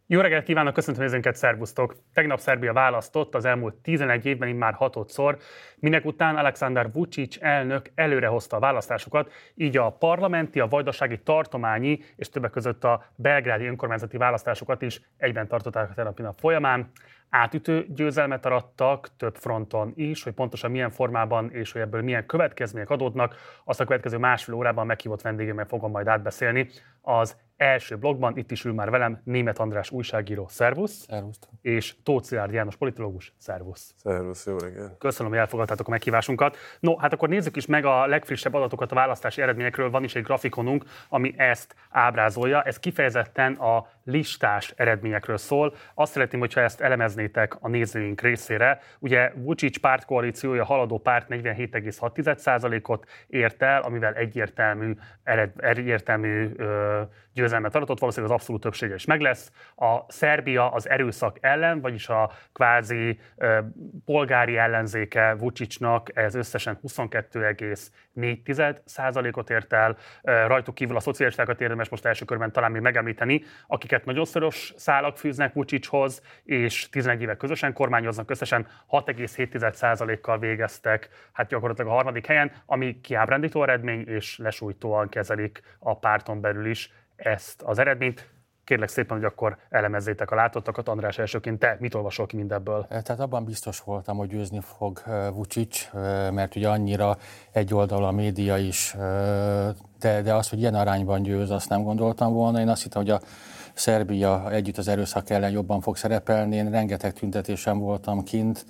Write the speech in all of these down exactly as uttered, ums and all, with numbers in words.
Jó reggelt kívánok, köszöntöm nézőinket, szervusztok! Tegnap Szerbia választott, az elmúlt tizenegy évben immár hatodszor, minek után Aleksandar Vučić elnök előrehozta a választásokat, így a parlamenti, a vajdasági tartományi és többek között a belgrádi önkormányzati választásokat is egyben tartották a tegnapi nap folyamán. Átütő győzelmet arattak több fronton is, hogy pontosan milyen formában és hogy ebből milyen következmények adódnak, azt a következő másfél órában meghívott vendégemmel fogom majd átbeszélni. Az első blogban itt is ül már velem Németh András újságíró, szervusz! Szervusztok! És Tóth Szilárd János politológus, szervusz! Szervusz, jó reggelt! Köszönöm, hogy elfogadtátok a meghívásunkat. No, hát akkor nézzük is meg a legfrissebb adatokat a választási eredményekről. Van is egy grafikonunk, ami ezt ábrázolja. Ez kifejezetten a listás eredményekről szól. Azt szeretném, hogyha ezt elemeznétek a nézőink részére. Ugye Vučić pártkoalíciója, haladó párt negyvenhét egész hat százalékot ért el, amivel egyértelmű, ered, egyértelmű ö, győzelmet aratott, valószínűleg az abszolút többsége is meg lesz. A Szerbia az erőszak ellen, vagyis a kvázi ö, polgári ellenzéke Vučićnak, ez összesen huszonkettő egész négy százalékot ért el. Rajtuk kívül a szocialistákat érdemes most első körben talán még megemlíteni, akiket nagyon szoros szálak fűznek Vučićhoz, és tizenegy éve közösen kormányoznak, összesen hat egész hét százalékkal végeztek, hát gyakorlatilag a harmadik helyen, ami kiábrándító eredmény, és lesújtóan kezelik a párton belül is ezt az eredményt. Kérlek szépen, hogy akkor elemezzétek a látottakat. András, elsőként te mit olvasol ki mindebből? Tehát abban biztos voltam, hogy győzni fog Vučić, mert ugye annyira egyoldalú a média is, de, de az, hogy ilyen arányban győz, azt nem gondoltam volna. Én azt hittem, hogy a Szerbia együtt az erőszak ellen jobban fog szerepelni. Én rengeteg tüntetésen voltam kint,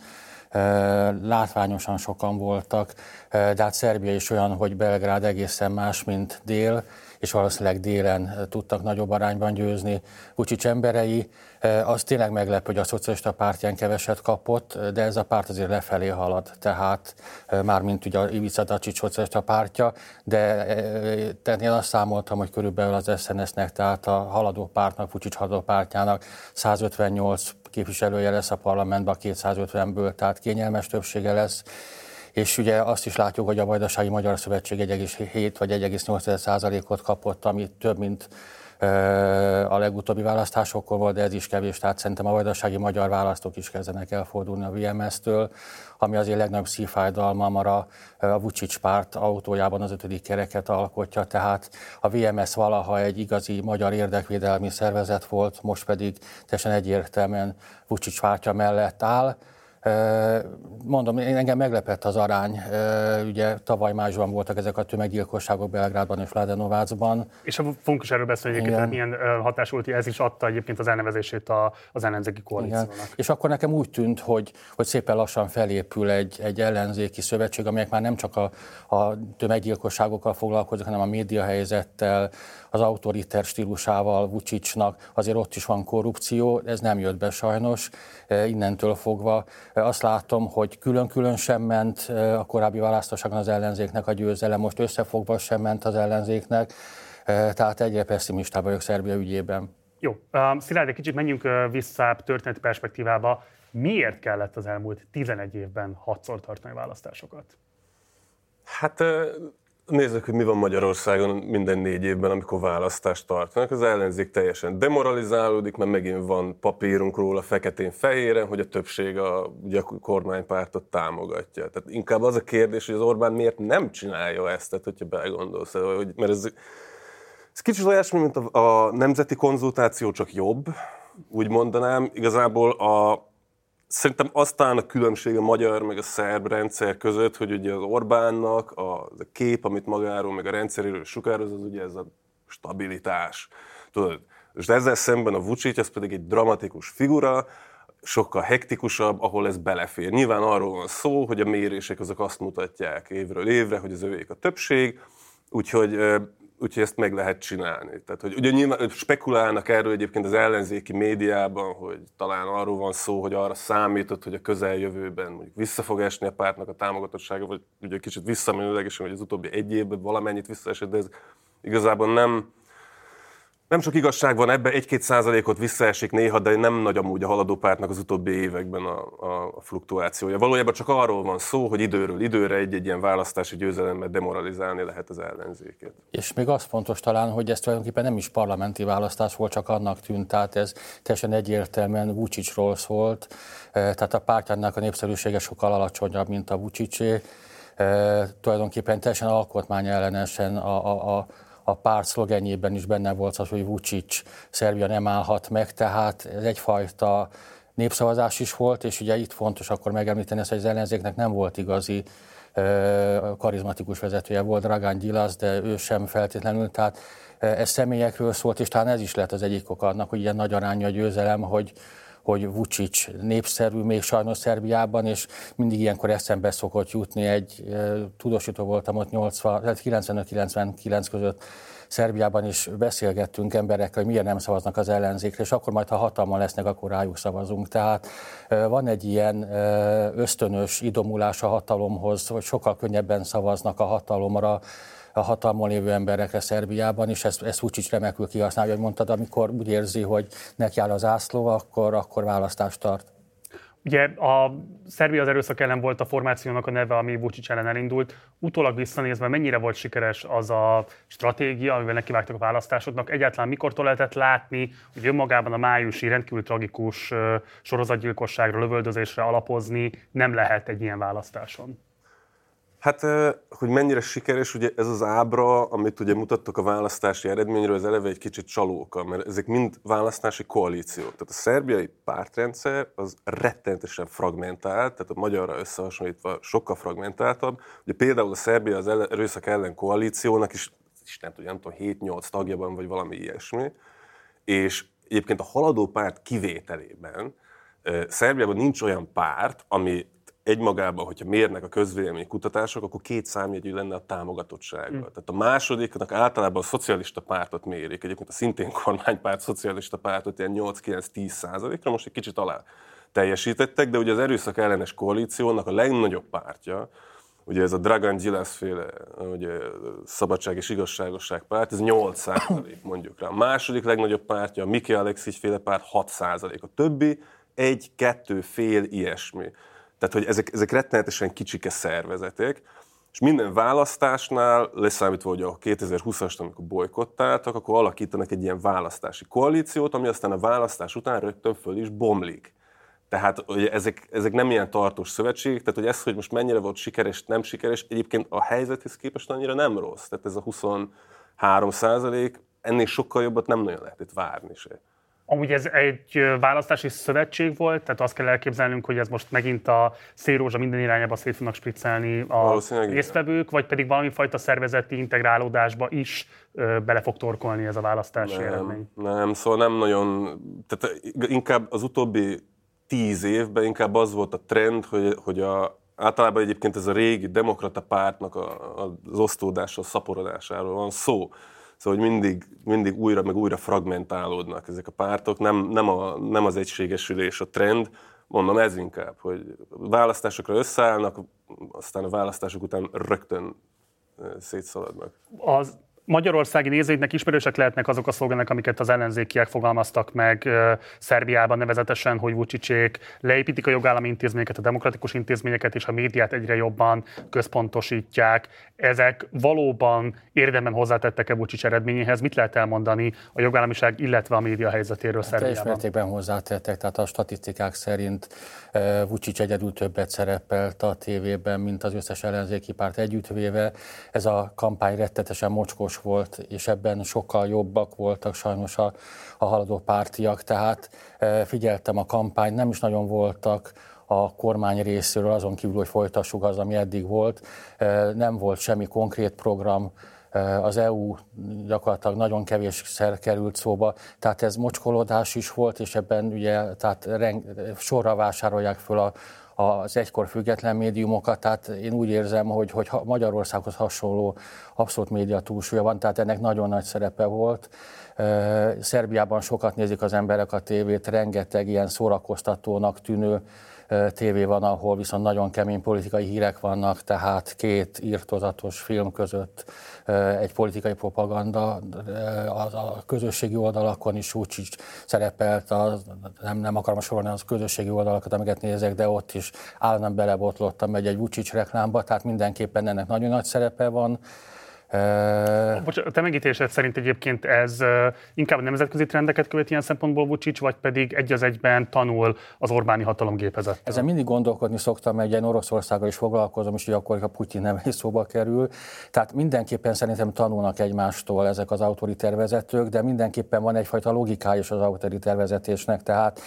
látványosan sokan voltak, de hát Szerbia is olyan, hogy Belgrád egészen más, mint dél, és valószínűleg délen tudtak nagyobb arányban győzni Vučić emberei. Az tényleg meglepő, hogy a szocialista pártján keveset kapott, de ez a párt azért lefelé halad, tehát mármint ugye a Ivica Dačić szocialista pártja, de tehát én azt számoltam, hogy körülbelül az es en es-nek, tehát a haladó pártnak, Vučić haladó pártjának százötvennyolc képviselője lesz a parlamentben, a kétszázötvenből, tehát kényelmes többsége lesz. És ugye azt is látjuk, hogy a Vajdasági Magyar Szövetség egy egész hét vagy egy egész nyolc százalékot kapott, ami több, mint a legutóbbi választásokkor volt, de ez is kevés, tehát szerintem a vajdasági magyar választók is kezdenek elfordulni a vé em es-től, ami azért legnagyobb szívfájdalmam, a, a Vučić párt autójában az ötödik kereket alkotja, tehát a vé em es valaha egy igazi magyar érdekvédelmi szervezet volt, most pedig teljesen egyértelműen Vučić pártja mellett áll. Mondom, engem meglepett az arány, ugye tavaly májusban voltak ezek a tömeggyilkosságok Belgrádban és Mladenovacban. És fogunk is erről beszélni egyébként, hogy milyen hatás volt, hogy ez is adta egyébként az elnevezését az ellenzéki koalíciónak. Igen. És akkor nekem úgy tűnt, hogy, hogy szépen lassan felépül egy, egy ellenzéki szövetség, amelyek már nem csak a, a tömeggyilkosságokkal foglalkozik, hanem a médiahelyzettel, az autoriter stílusával Vučićnak, azért ott is van korrupció, ez nem jött be sajnos, innentől fogva. Azt látom, hogy külön-külön sem ment a korábbi választásokon az ellenzéknek a győzelem, most összefogva sem ment az ellenzéknek, tehát egyre pessimistább vagyok Szerbia ügyében. Jó, Szilárd, egy kicsit menjünk vissza történeti perspektívába. Miért kellett az elmúlt tizenegy évben hatszor tartani választásokat? Hát nézzük, hogy mi van Magyarországon minden négy évben, amikor választást tartanak. Az ellenzék teljesen demoralizálódik, mert megint van papírunk róla feketén-fehéren, hogy a többség a, ugye a kormánypártot támogatja. Tehát inkább az a kérdés, hogy az Orbán miért nem csinálja ezt, tehát hogyha belegondolsz, hogy, mert ez, ez kicsit olyasmi, mint a, a nemzeti konzultáció, csak jobb, úgy mondanám. Igazából a Szerintem aztán a különbség a magyar meg a szerb rendszer között, hogy ugye az Orbánnak a, a kép, amit magáról meg a rendszeréről sugároz, az ugye ez a stabilitás. Tudod, és ezzel szemben a Vučić, ez pedig egy dramatikus figura, sokkal hektikusabb, ahol ez belefér. Nyilván arról van szó, hogy a mérések azok azt mutatják évről évre, hogy az övék a többség, úgyhogy Úgyhogy ezt meg lehet csinálni. Tehát, hogy ugye nyilván spekulálnak erről egyébként az ellenzéki médiában, hogy talán arról van szó, hogy arra számított, hogy a közeljövőben mondjuk vissza fog esni a pártnak a támogatottsága, vagy ugye kicsit visszamenőlegesen, hogy az utóbbi egy évben valamennyit visszaesett, de ez igazából nem, Nem sok igazság van ebben, egy-két százalékot visszaesik néha, de nem nagy amúgy a haladó pártnak az utóbbi években a, a, a fluktuációja. Valójában csak arról van szó, hogy időről időre egy-egy ilyen választási győzelemmel demoralizálni lehet az ellenzéket. És még az fontos talán, hogy ez tulajdonképpen nem is parlamenti választás volt, csak annak tűnt, tehát ez teljesen egyértelműen Vučićról szólt, tehát a pártjának a népszerűsége sokkal alacsonyabb, mint a Vučićé. Tulajdonképpen teljesen alkotmányellenesen a, a, a a párt szlogenjében is benne volt az, hogy Vučić, Szerbia nem állhat meg, tehát ez egyfajta népszavazás is volt, és ugye itt fontos akkor megemlíteni ezt, hogy az ellenzéknek nem volt igazi karizmatikus vezetője, volt Dragan Đilas, de ő sem feltétlenül, tehát ez személyekről szólt, és talán ez is lehet az egyik ok annak, hogy ilyen nagy arányú a győzelem, hogy hogy Vučić népszerű, még sajnos Szerbiában, és mindig ilyenkor eszembe szokott jutni egy, tudósító voltam ott kilencvenöt kilencvenkilenc között Szerbiában, is beszélgettünk emberekkel, hogy miért nem szavaznak az ellenzékre, és akkor majd, ha hatalma lesznek, akkor rájuk szavazunk. Tehát van egy ilyen ösztönös idomulás a hatalomhoz, hogy sokkal könnyebben szavaznak a hatalomra, a hatalmon lévő emberekre Szerbiában, és ezt, ezt Vučić remekül kihasználja, hogy mondtad, amikor úgy érzi, hogy neki áll az ászló, akkor, akkor választást tart. Ugye a Szerbia az erőszak ellen volt a formációnak a neve, ami Vučić ellen elindult. Utólag visszanézve, mennyire volt sikeres az a stratégia, amivel nekivágtak a választásoknak? Egyáltalán mikortól lehetett látni, hogy önmagában a májusi rendkívül tragikus sorozatgyilkosságra, lövöldözésre alapozni nem lehet egy ilyen választáson? Hát, hogy mennyire sikeres, ugye ez az ábra, amit ugye mutattok a választási eredményről, ez eleve egy kicsit csalóka, mert ezek mind választási koalíciók. Tehát a szerbiai pártrendszer az rettenetesen fragmentált, tehát a magyarra összehasonlítva sokkal fragmentáltabb. Ugye például a Szerbia az erőszak ellen koalíciónak is, is nem tudom, nem tudom, hét-nyolc tagja van, vagy valami ilyesmi. És egyébként a haladó párt kivételében Szerbiában nincs olyan párt, ami egymagában, hogyha mérnek a közvélemény kutatások, akkor két számjegyű lenne a támogatottsága. Mm. Tehát a másodiknak általában a szocialista pártot mérik, egyébként a szintén kormánypárt szocialista pártot ilyen nyolc-kilenc-tíz százalékra, most egy kicsit alá teljesítettek, de ugye az erőszak ellenes koalíciónak a legnagyobb pártja, ugye ez a Dragan Đilas féle ugye, szabadság és igazságosság párt, ez nyolc százalék mondjuk rá. A második legnagyobb pártja, a Miki Aleksić féle párt hat százalék. A többi egy-kettő fél ilyesmi. Tehát, hogy ezek, ezek rettenetesen kicsike szervezetek, és minden választásnál, leszámítva, hogy a kétezer-húszast, amikor bolykottáltak, akkor alakítanak egy ilyen választási koalíciót, ami aztán a választás után rögtön föl is bomlik. Tehát ugye ezek, ezek nem ilyen tartós szövetségek, tehát hogy ez, hogy most mennyire volt sikeres, nem sikeres, egyébként a helyzethez képest annyira nem rossz. Tehát ez a huszonhárom százalék, ennél sokkal jobbat nem nagyon lehetett várni se. Amúgy ez egy választási szövetség volt, tehát azt kell elképzelnünk, hogy ez most megint a szélrózsa minden irányába szét fognak spriccelni a résztvevők, vagy pedig valami fajta szervezeti integrálódásba is bele fog torkolni ez a választási nem, eredmény. Nem, szóval nem nagyon, tehát inkább az utóbbi tíz évben inkább az volt a trend, hogy, hogy a, általában egyébként ez a régi demokrata pártnak a, az osztódással, szaporodásáról van szó. Szóval, hogy mindig, mindig újra, meg újra fragmentálódnak ezek a pártok, nem, nem, a, nem az egységesülés a trend, mondom ez inkább, hogy választásokra összeállnak, aztán a választások után rögtön szétszaladnak. Az magyarországi nézőknek ismerősek lehetnek azok a szlogenek, amiket az ellenzékiek fogalmaztak meg Szerbiában, nevezetesen, hogy Vučićék leépítik a jogállami intézményeket, a demokratikus intézményeket, és a médiát egyre jobban központosítják. Ezek valóban érdemben hozzátettek-e Vučić eredményéhez? Mit lehet elmondani a jogállamiság, illetve a média helyzetéről Szerbiában? Teljes mértékben hozzátettek, tehát a statisztikák szerint Vučić egyedül többet szerepelt a tévében, mint az összes ellenzéki párt együttvéve. Ez a kampány rettetesen mocskos volt, és ebben sokkal jobbak voltak sajnos a, a haladó pártiak, tehát figyeltem a kampányt, nem is nagyon voltak a kormány részéről, azon kívül, hogy folytassuk az, ami eddig volt. Nem volt semmi konkrét program, az é u gyakorlatilag nagyon kevésszer került szóba, tehát ez mocskolódás is volt, és ebben ugye tehát reng, sorra vásárolják föl a az egykor független médiumokat, tehát én úgy érzem, hogy, hogy Magyarországhoz hasonló abszolút média túlsúlya van, tehát ennek nagyon nagy szerepe volt. Szerbiában sokat nézik az emberek a tévét, rengeteg ilyen szórakoztatónak tűnő tévé van, ahol viszont nagyon kemény politikai hírek vannak, tehát két irtózatos film között egy politikai propaganda, a közösségi oldalakon is Vučić szerepelt, az, nem, nem akarom sorolni az közösségi oldalakat, amiket nézek, de ott is állandóan belebotlottam egy, egy Vučić reklámba, tehát mindenképpen ennek nagyon nagy szerepe van. Uh, Bocs, a te megítélésed szerint egyébként ez inkább nemzetközi trendeket követ ilyen szempontból Vučić, vagy pedig egy az egyben tanul az Orbáni hatalomgépezettel? Ezen mindig gondolkodni szoktam, mert egy Oroszországgal is foglalkozom, és hogy akkor a Putyin neve is szóba kerül. Tehát mindenképpen szerintem tanulnak egymástól ezek az autoriter vezetők, de mindenképpen van egyfajta logikája is az autoriter vezetésnek, tehát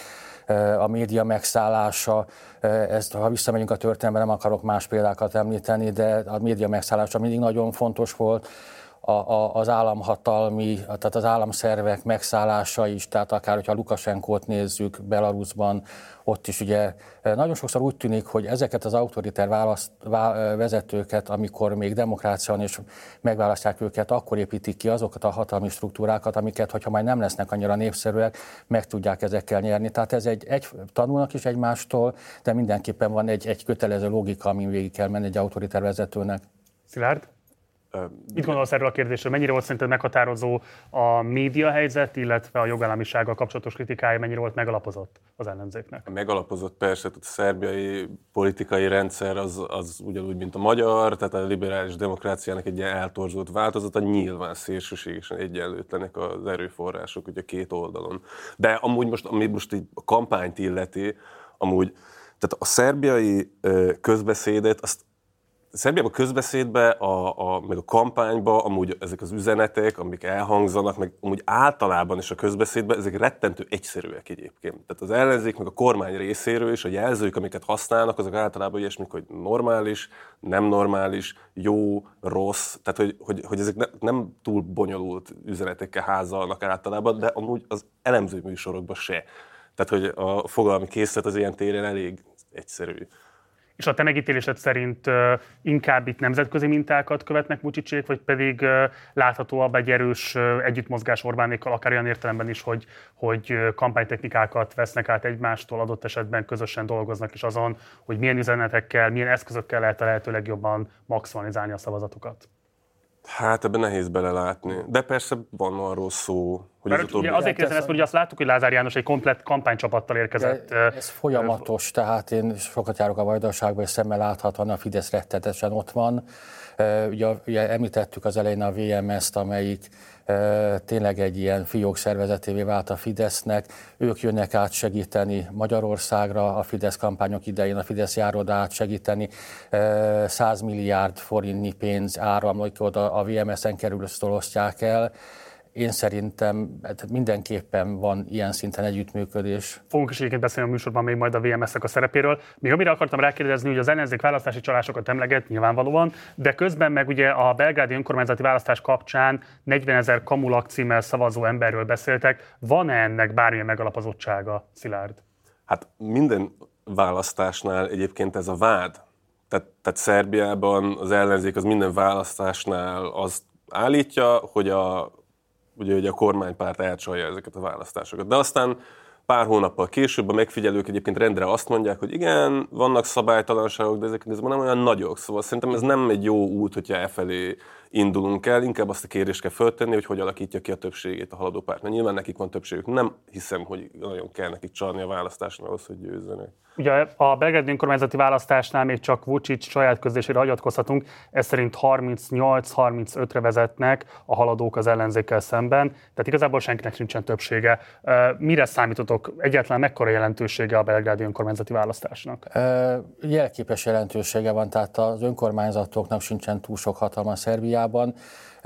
a média megszállása, ezt, ha visszamegyünk a történelembe, nem akarok más példákat említeni, de a média megszállása mindig nagyon fontos volt, a, a, az államhatalmi, tehát az államszervek megszállása is, tehát akár, hogyha Lukasenkót nézzük Belarusban, ott is ugye nagyon sokszor úgy tűnik, hogy ezeket az autoriter választ, vá, vezetőket, amikor még demokrácia van és megválasztják őket, akkor építik ki azokat a hatalmi struktúrákat, amiket, hogyha majd nem lesznek annyira népszerűek, meg tudják ezekkel nyerni. Tehát ez egy, egy tanulnak is egymástól, de mindenképpen van egy, egy kötelező logika, amin végig kell menni egy autoriter vezetőnek. Szilárd? Mit gondolsz erről a kérdésről? Mennyire volt szerinted meghatározó a médiahelyzet, illetve a jogállamisággal kapcsolatos kritikája, mennyire volt megalapozott az ellenzéknek? Megalapozott persze, tehát a szerbiai politikai rendszer az, az ugyanúgy, mint a magyar, tehát a liberális demokráciának egy ilyen eltorzult változata, nyilván szélsőségesen egyenlőtlenek az erőforrások ugye két oldalon. De amúgy most, ami most így a kampányt illeti, amúgy, tehát a szerbiai közbeszédet, azt Szerbiában a közbeszédben, a, a, meg a kampányban, amúgy ezek az üzenetek, amik elhangzanak, meg amúgy általában is a közbeszédben, ezek rettentő egyszerűek egyébként. Tehát az ellenzék, meg a kormány részéről is a jelzők, amiket használnak, azok általában ilyesmik, hogy normális, nem normális, jó, rossz, tehát hogy, hogy, hogy ezek ne, nem túl bonyolult üzenetekkel házalnak általában, de amúgy az elemző műsorokban se. Tehát hogy a fogalmi készlet az ilyen téren elég egyszerű. És a te megítélésed szerint uh, inkább itt nemzetközi mintákat követnek Vučićék, vagy pedig uh, láthatóabb egy erős uh, együttmozgás Orbánékkal, akár olyan értelemben is, hogy, hogy uh, kampánytechnikákat vesznek át egymástól, adott esetben közösen dolgoznak is azon, hogy milyen üzenetekkel, milyen eszközökkel lehet a lehető legjobban maximalizálni a szavazatokat? Hát ebben nehéz belelátni. De persze van arról szó, hogy Mert az utóbbi... ugye azért kérdezem ezt, hogy azt láttuk, hogy Lázár János egy komplett kampánycsapattal érkezett. De ez folyamatos, tehát én sokat járok a Vajdaságban, és szemmel láthatóan a Fidesz rettetesen ott van. Ugye, ugye említettük az elején a vé em es-t, amelyik tényleg egy ilyen fiók szervezetévé vált a Fidesznek. Ők jönnek át segíteni Magyarországra, a Fidesz kampányok idején, a Fidesz járod át segíteni. száz milliárd forintnyi pénz áramlik oda, a vé em es-en kerül, ezt osztják el. Én szerintem mindenképpen van ilyen szinten együttműködés. Fogunk is egyébként beszélni a műsorban még majd a vé em es-nek a szerepéről. Még amire akartam rákérdezni, hogy az ellenzék választási csalásokat emleget nyilvánvalóan, de közben meg ugye a belgrádi önkormányzati választás kapcsán negyvenezer kamulak címmel szavazó emberről beszéltek. Van-e ennek bármilyen megalapozottsága, Szilárd? Hát minden választásnál egyébként ez a vád. Tehát, tehát Szerbiában az ellenzék az minden választásnál azt állítja, hogy a ugye, hogy a kormánypárt elcsalja ezeket a választásokat. De aztán pár hónappal később a megfigyelők egyébként rendre azt mondják, hogy igen, vannak szabálytalanságok, de ezek nem olyan nagyok. Szóval szerintem ez nem egy jó út, hogyha e felé indulunk el. Inkább azt a kérdést kell föltenni, hogy hogy alakítja ki a többségét a haladó párt. Mert nyilván nekik van többségük. Nem hiszem, hogy nagyon kell nekik csalni a választáson ahhoz, hogy győzzenek. Ugye a belgrádi önkormányzati választásnál még csak Vučić saját közlésére hagyatkozhatunk, ez szerint harmincnyolc harmincötre vezetnek a haladók az ellenzékkel szemben, tehát igazából senkinek nincsen többsége. Mire számítotok? Egyáltalán mekkora jelentősége a belgrádi önkormányzati választásnak? Jelképes jelentősége van, tehát az önkormányzatoknak sincsen túl sok hatalma Szerbiában.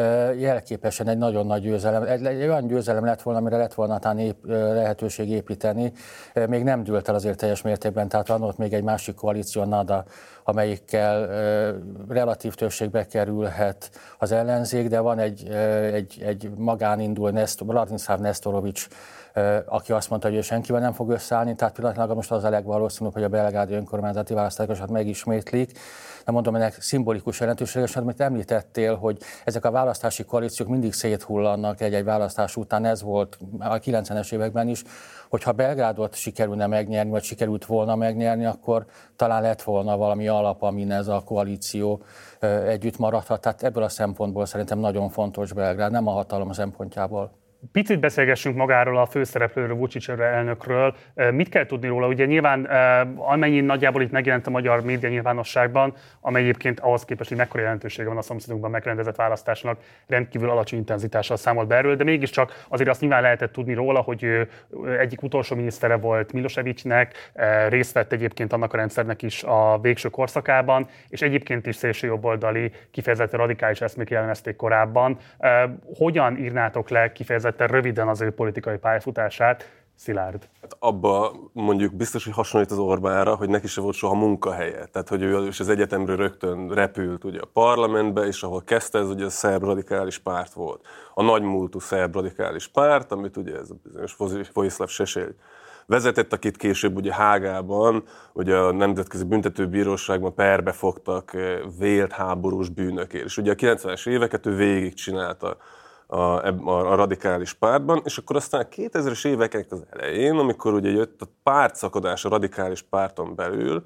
Jelképesen egy nagyon nagy győzelem, egy, egy olyan győzelem lett volna, amire lett volna talán ép, lehetőség építeni. Még nem dőlt el azért teljes mértékben, tehát van ott még egy másik koalíció, NADA, amelyikkel relatív többségbe kerülhet az ellenzék, de van egy, egy, egy magánindul, Nestor, Vladislav Nestorovics aki azt mondta, hogy ő senkivel nem fog összeállni, tehát pillanatnyilag most az a legvalószínűbb, hogy a belgrádi önkormányzati választásokat megismétlik. De mondom, ennek szimbolikus jelentősége, és amit említettél, hogy ezek a választási koalíciók mindig széthullannak egy-egy választás után, ez volt a kilencvenes években is, hogyha Belgrádot sikerülne megnyerni, vagy sikerült volna megnyerni, akkor talán lett volna valami alap, amin ez a koalíció együtt maradhat. Tehát ebből a szempontból szerintem nagyon fontos Belgrád, nem a hatalom szempontjából. Picit beszélgessünk magáról a főszereplőről, Vučić elnökről. Mit kell tudni róla? Ugye nyilván amennyi nagyjából itt megjelent a magyar média nyilvánosságban, amely egyébként ahhoz képest, hogy mekkora jelentősége van a szomszédunkban megrendezett választásnak, rendkívül alacsony intenzitással számolt be erről, de mégiscsak azért azt nyilván lehetett tudni róla, hogy ő egyik utolsó minisztere volt Miloševićnek, részt vett egyébként annak a rendszernek is a végső korszakában, és egyébként is szélsőjobboldali, kifejezetten radikális eszmék jellemezték korábban. Hogyan írnátok le kifejezetten röviden az ő politikai pályafutását, Szilárd? Hát abba mondjuk biztos, hogy hasonlít az Orbánra, hogy neki se volt soha munkahelye. Tehát, hogy ő is az egyetemről rögtön repült ugye a parlamentbe, és ahol kezdte, ez ugye a szerb radikális párt volt. A nagymúltú szerb radikális párt, amit ugye ez a bizonyos Vojislav Šešelj vezetett, akit később ugye Hágában, ugye a Nemzetközi Büntetőbíróságban perbe fogtak vélt háborús bűnökért. És ugye a kilencvenes éveket ő végigcsinálta A, a, a radikális pártban, és akkor aztán a kétezres éveknek az elején, amikor ugye jött a pártszakadás a radikális párton belül,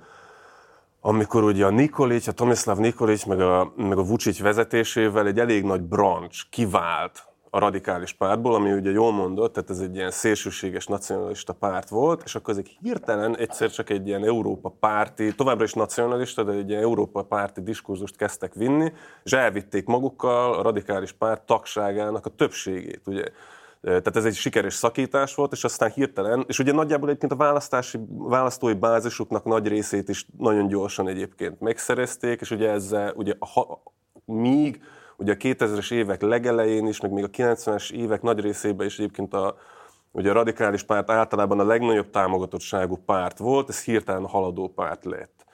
amikor ugye a Nikolić, a Tomislav Nikolić, meg a, meg a Vučić vezetésével egy elég nagy brancs kivált a radikális pártból, ami ugye jól mondott, tehát ez egy ilyen szélsőséges nacionalista párt volt, és akkor ezek hirtelen egyszer csak egy ilyen Európa párti, továbbra is nacionalista, de egy ilyen Európa párti diskurzust kezdtek vinni, és elvitték magukkal a radikális párt tagságának a többségét, ugye. Tehát ez egy sikeres szakítás volt, és aztán hirtelen, és ugye nagyjából egyébként a választási, választói bázisuknak nagy részét is nagyon gyorsan egyébként megszerezték, és ugye ezzel, ugye ha, míg ugye a kétezres évek legelején is, meg még a kilencvenes évek nagy részében is egyébként a, ugye a radikális párt általában a legnagyobb támogatottságú párt volt, ez hirtelen haladó párt lett.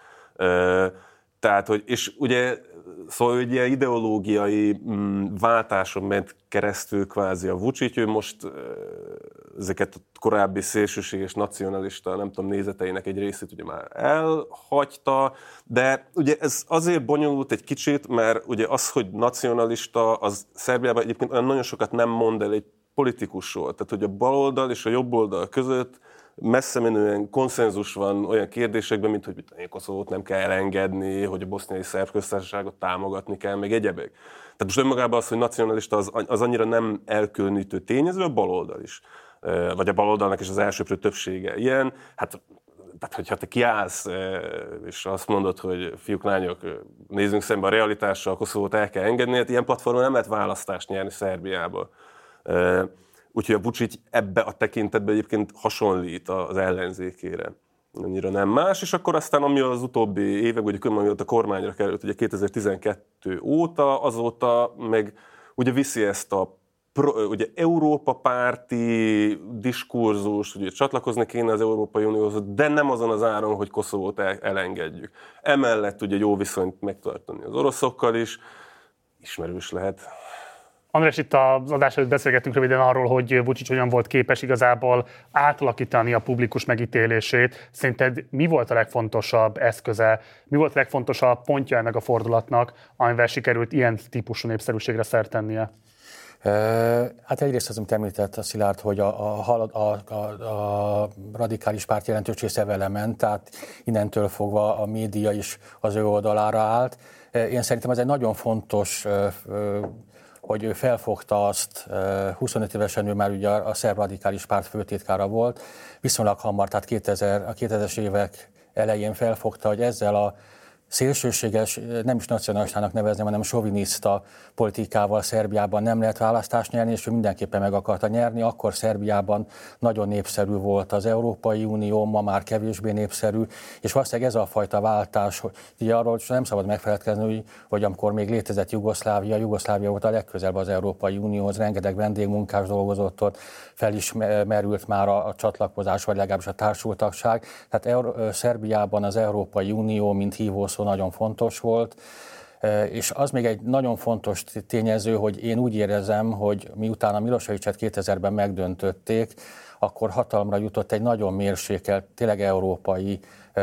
Tehát, hogy, és ugye, szóval egy ilyen ideológiai váltáson ment keresztül kvázi a Vučić, ő most ezeket a korábbi szélsőséges nacionalista, nem tudom, nézeteinek egy részét ugye már elhagyta, de ugye ez azért bonyolult egy kicsit, mert ugye az, hogy nacionalista, az Szerbiában egyébként olyan nagyon sokat nem mond el egy politikusról. Tehát, hogy a baloldal és a jobboldal között messze menően konszenzus van olyan kérdésekben, mint hogy a Koszovót nem kell elengedni, hogy a boszniai szerb köztársaságot támogatni kell, meg egyebek. Tehát most önmagában az, hogy nacionalista, az, az annyira nem elkülönítő tényező, a baloldal is. Vagy a baloldalnak is az elsőprő többsége ilyen. Hát, tehát, hogyha te kiállsz, és azt mondod, hogy fiúk, lányok, nézzünk szembe a realitással, a Koszovót el kell engedni, hát ilyen platformon nem lehet választást nyerni Szerbiába. Úgyhogy a Vučić ebbe a tekintetben egyébként hasonlít az ellenzékére. Annyira nem más, és akkor aztán ami az utóbbi évek, ugye amióta a kormányra került, ugye kétezer-tizenkettő óta, azóta meg ugye viszi ezt a pro, ugye Európa párti diskurzust, ugye csatlakozni kéne az Európai Unióhoz, de nem azon az áron, hogy Koszovót el, elengedjük. Emellett ugye jó viszonyt megtartani az oroszokkal is, ismerős lehet. András, itt az adás előtt beszélgettünk röviden arról, hogy Vučić hogyan volt képes igazából átalakítani a publikus megítélését. Szerinted mi volt a legfontosabb eszköze, mi volt a legfontosabb pontja ennek a fordulatnak, amivel sikerült ilyen típusú népszerűségre szert tennie? Hát egyrészt az, amit említett a Szilárd, hogy a, a, a, a, a radikális párt jelentős része vele ment, tehát innentől fogva a média is az ő oldalára állt. Én szerintem ez egy nagyon fontos, hogy ő felfogta azt, huszonöt évesen ő már ugye a szerb radikális párt főtitkára volt, viszonylag hamar, tehát kétezer, a kétezres évek elején felfogta, hogy ezzel a szélsőséges, nem is nacionalistának nevezném, hanem soviniszta politikával Szerbiában nem lehet választást nyerni, és ő mindenképpen meg akarta nyerni. Akkor Szerbiában nagyon népszerű volt az Európai Unió, ma már kevésbé népszerű, és valószínűleg ez a fajta váltás, hogy ugye arról nem szabad megfeledkezni, hogy amikor még létezett Jugoszlávia, Jugoszlávia volt a legközelebb az Európai Unióhoz, rengeteg vendégmunkás dolgozott ott, felismerült már a, a csatlakozás, vagy legalábbis a társultagság. Tehát Euró- Szerbiában az Európai Unió, mint hívószó nagyon fontos volt, és az még egy nagyon fontos tényező, hogy én úgy érezem, hogy miután a Miloševićet kétezerben megdöntötték, akkor hatalomra jutott egy nagyon mérsékelt, tényleg európai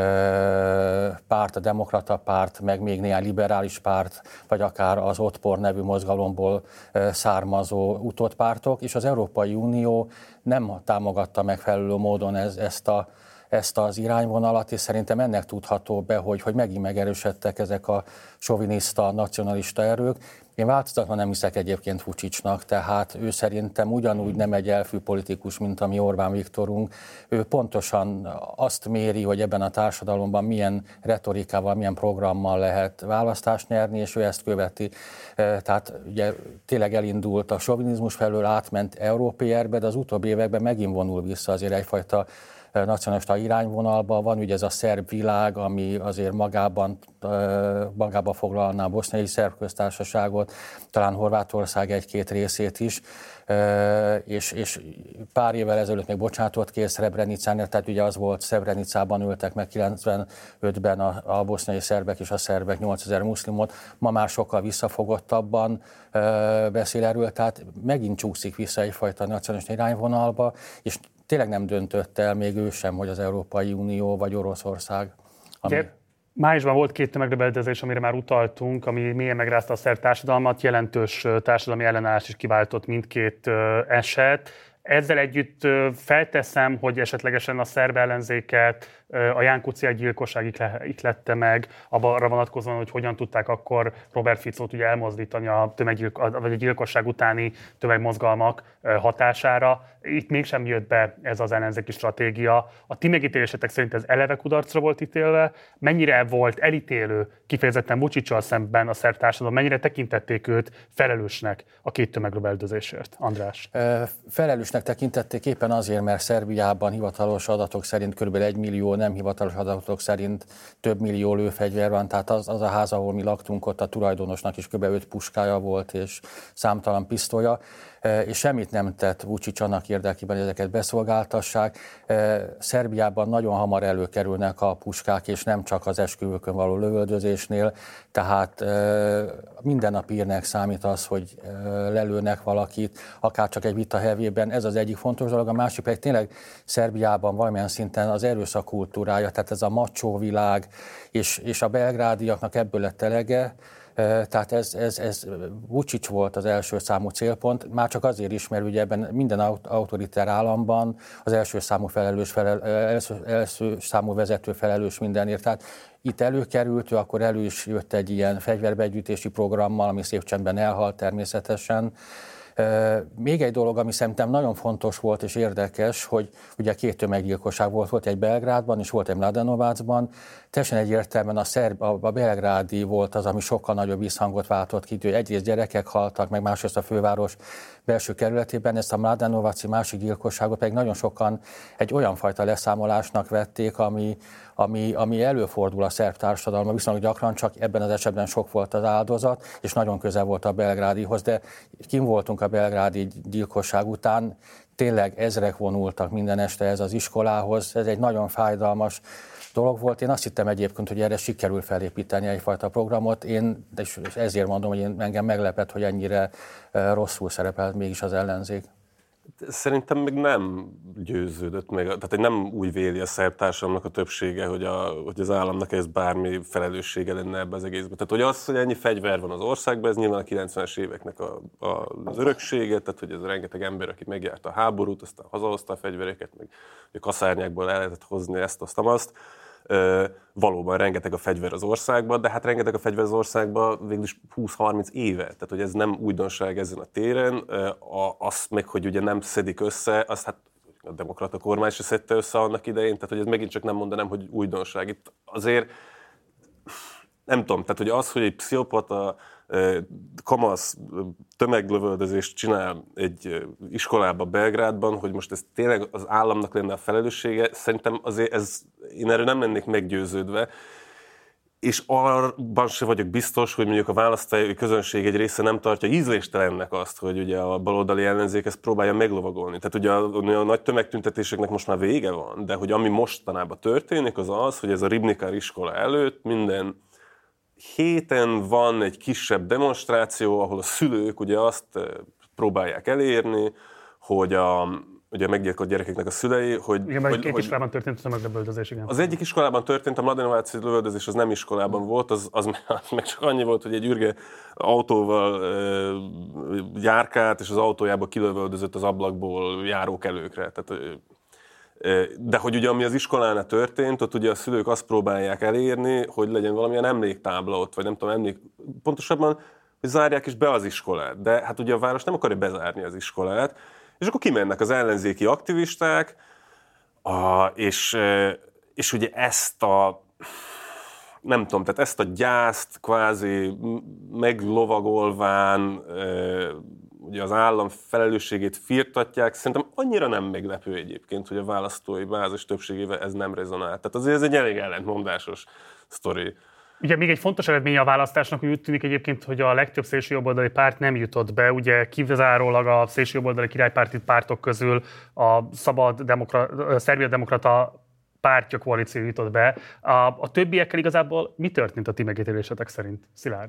párt, a demokrata párt, meg még néhány liberális párt, vagy akár az Otpor nevű mozgalomból származó utódpártok, és az Európai Unió nem támogatta megfelelő módon ez, ezt, a, ezt az irányvonalat, és szerintem ennek tudható be, hogy, hogy megint megerősödtek ezek a soviniszta, nacionalista erők. Én változatlan nem hiszek egyébként Vučićnak, tehát ő szerintem ugyanúgy nem egy elfű politikus, mint a mi Orbán Viktorunk. Ő pontosan azt méri, hogy ebben a társadalomban milyen retorikával, milyen programmal lehet választást nyerni, és ő ezt követi. Tehát ugye tényleg elindult a sovinizmus felől, átment európérbe, de az utóbbi években megint vonul vissza azért egyfajta nacionalista irányvonalban. Van ugye ez a szerb világ, ami azért magában, magában foglalná a boszniai szerb köztársaságot, talán Horvátország egy-két részét is, és, és pár évvel ezelőtt még bocsánatot kér Srebrenicánél, tehát ugye az volt, Srebrenicában öltek meg kilencvenötben a, a boszniai szerbek és a szerbek nyolcezer muszlimot, ma már sokkal visszafogottabban beszél erről, tehát megint csúszik vissza egyfajta nacionalista irányvonalba, és tényleg nem döntött el még ő sem, hogy az Európai Unió vagy Oroszország. Ami... De májusban volt két tömegrebelezés, amire már utaltunk, ami mélyen megrázta a szerb társadalmat, jelentős társadalmi ellenállást is kiváltott mindkét eset. Ezzel együtt felteszem, hogy esetlegesen a szerb ellenzéket a Ján Kuciak gyilkosság ihlette meg, arra vonatkozóan, hogy hogyan tudták akkor Robert Ficót ugye elmozdítani a, tömeggyilko- vagy a gyilkosság utáni tömegmozgalmak hatására. Itt mégsem jött be ez az ellenzéki stratégia. A ti megítélésetek szerint ez eleve kudarcra volt ítélve. Mennyire volt elítélő kifejezetten Vučićsal szemben a szerb társadalom? Mennyire tekintették őt felelősnek a két tömegrebelezésért? András? Felelősnek tekintették éppen azért, mert Szerbiában hivatalos adatok szerint kb. egy millió, nem hivatalos adatok szerint több millió lőfegyver van, tehát az, az a ház, ahol mi laktunk, ott a tulajdonosnak is kb. öt puskája volt és számtalan pisztolya, és semmit nem tett Vučić annak érdekében, hogy ezeket beszolgáltassák. Szerbiában nagyon hamar előkerülnek a puskák, és nem csak az esküvőkön való lövöldözésnél, tehát minden nap írnek számít az, hogy lelőnek valakit, akár csak egy vita hevében. Ez az egyik fontos dolog, a másik pedig tényleg Szerbiában valamilyen szinten az erőszak kultúrája, tehát ez a macsó világ, és, és a belgrádiaknak ebből lett elege. Tehát ez, ez, ez Vučić volt az első számú célpont, már csak azért is, mert ugye ebben minden autoriter államban az első számú felelős, felel, első, első számú vezető felelős mindenért. Tehát itt előkerült, ő akkor elő is jött egy ilyen fegyverbegyűjtési programmal, ami szép csendben elhalt természetesen. Még egy dolog, ami szerintem nagyon fontos volt és érdekes, hogy ugye két tömeggyilkosság volt, volt egy Belgrádban és volt egy Mladenovacban. Teljesen egyértelműen a, szerb, a belgrádi volt az, ami sokkal nagyobb visszhangot váltott ki, hogy egyrészt gyerekek haltak, meg másrészt a főváros belső kerületében, ezt a Mladenovaci másik gyilkosságot pedig nagyon sokan egy olyan fajta leszámolásnak vették, ami, ami, ami előfordul a szerb társadalomban, viszonylag gyakran, csak ebben az esetben sok volt az áldozat, és nagyon közel volt a belgrádihoz, de kim voltunk a belgrádi gyilkosság után, tényleg ezrek vonultak minden este ez az iskolához, ez egy nagyon fájdalmas dolog volt. Én azt hittem egyébként, hogy erre sikerül felépíteni egyfajta programot, én, és ezért mondom, hogy én, engem meglepett, hogy ennyire rosszul szerepelt mégis az ellenzék. Szerintem még nem győződött meg, tehát nem úgy véli a szerb társadalomnak a többsége, hogy, a, hogy az államnak ez bármi felelőssége lenne ebbe az egészben. Tehát hogy az, hogy ennyi fegyver van az országban, ez nyilván a kilencvenes éveknek a, a, az öröksége, tehát hogy ez rengeteg ember, aki megjárta a háborút, aztán hazahozta a fegyvereket, meg a kaszárnyákból el lehetett hozni ezt, azt, azt. Uh, valóban rengeteg a fegyver az országban, de hát rengeteg a fegyver az országban végülis húsz-harminc éve, tehát hogy ez nem újdonság ezen a téren, uh, a, azt meg, hogy ugye nem szedik össze, azt hát a demokrata kormány se szedte össze annak idején, tehát hogy ez megint csak nem mondanám, hogy újdonság. Itt azért nem tudom, tehát hogy az, hogy egy pszichopata kamasz tömeglövöldözést csinál egy iskolába Belgrádban, hogy most ez tényleg az államnak lenne a felelőssége, szerintem azért ez, én erről nem lennék meggyőződve, és arban se vagyok biztos, hogy mondjuk a választói közönség egy része nem tartja ízléstelennek azt, hogy ugye a baloldali ellenzék ezt próbálja meglovagolni. Tehát ugye a, a nagy tömegtüntetéseknek most már vége van, de hogy ami mostanában történik, az az, hogy ez a Ribnikar iskola előtt minden héten van egy kisebb demonstráció, ahol a szülők ugye azt próbálják elérni, hogy a, ugye meggyilkolt gyerekeknek a szülei, hogy... Igen, mert hogy, két hogy iskolában történt a tömeglövöldözés, igen. Az egyik iskolában történt, a Mladenovaci lövöldözés az nem iskolában volt, az, az meg csak annyi volt, hogy egy ürge autóval e, járkált, és az autójába kilövöldözött az ablakból járókelőkre. Tehát, e, de hogy ugye ami az iskolánál történt, ott ugye a szülők azt próbálják elérni, hogy legyen valamilyen emléktábla ott, vagy nem tudom, emlék... Pontosabban, hogy zárják is be az iskolát. De hát ugye a város nem akarja bezárni az iskolát, és akkor kimennek az ellenzéki aktivisták, a, és, és ugye ezt a, nem tudom, tehát ezt a gyászt kvázi meglovagolván ugye az állam felelősségét firtatják, szerintem annyira nem meglepő egyébként, hogy a választói bázis többségével ez nem rezonál. Tehát azért ez egy elég ellentmondásos sztori. Ugye még egy fontos eredménye a választásnak, hogy úgy tűnik egyébként, hogy a legtöbb szélsőjobboldali párt nem jutott be. Ugye kizárólag a szélsőjobboldali királypárti pártok közül a Szabad Demokra- Szerbia Demokrata pártja koalíció jutott be. A, a többiekkel igazából mi történt a ti megítélésetek szerint, Szilárd?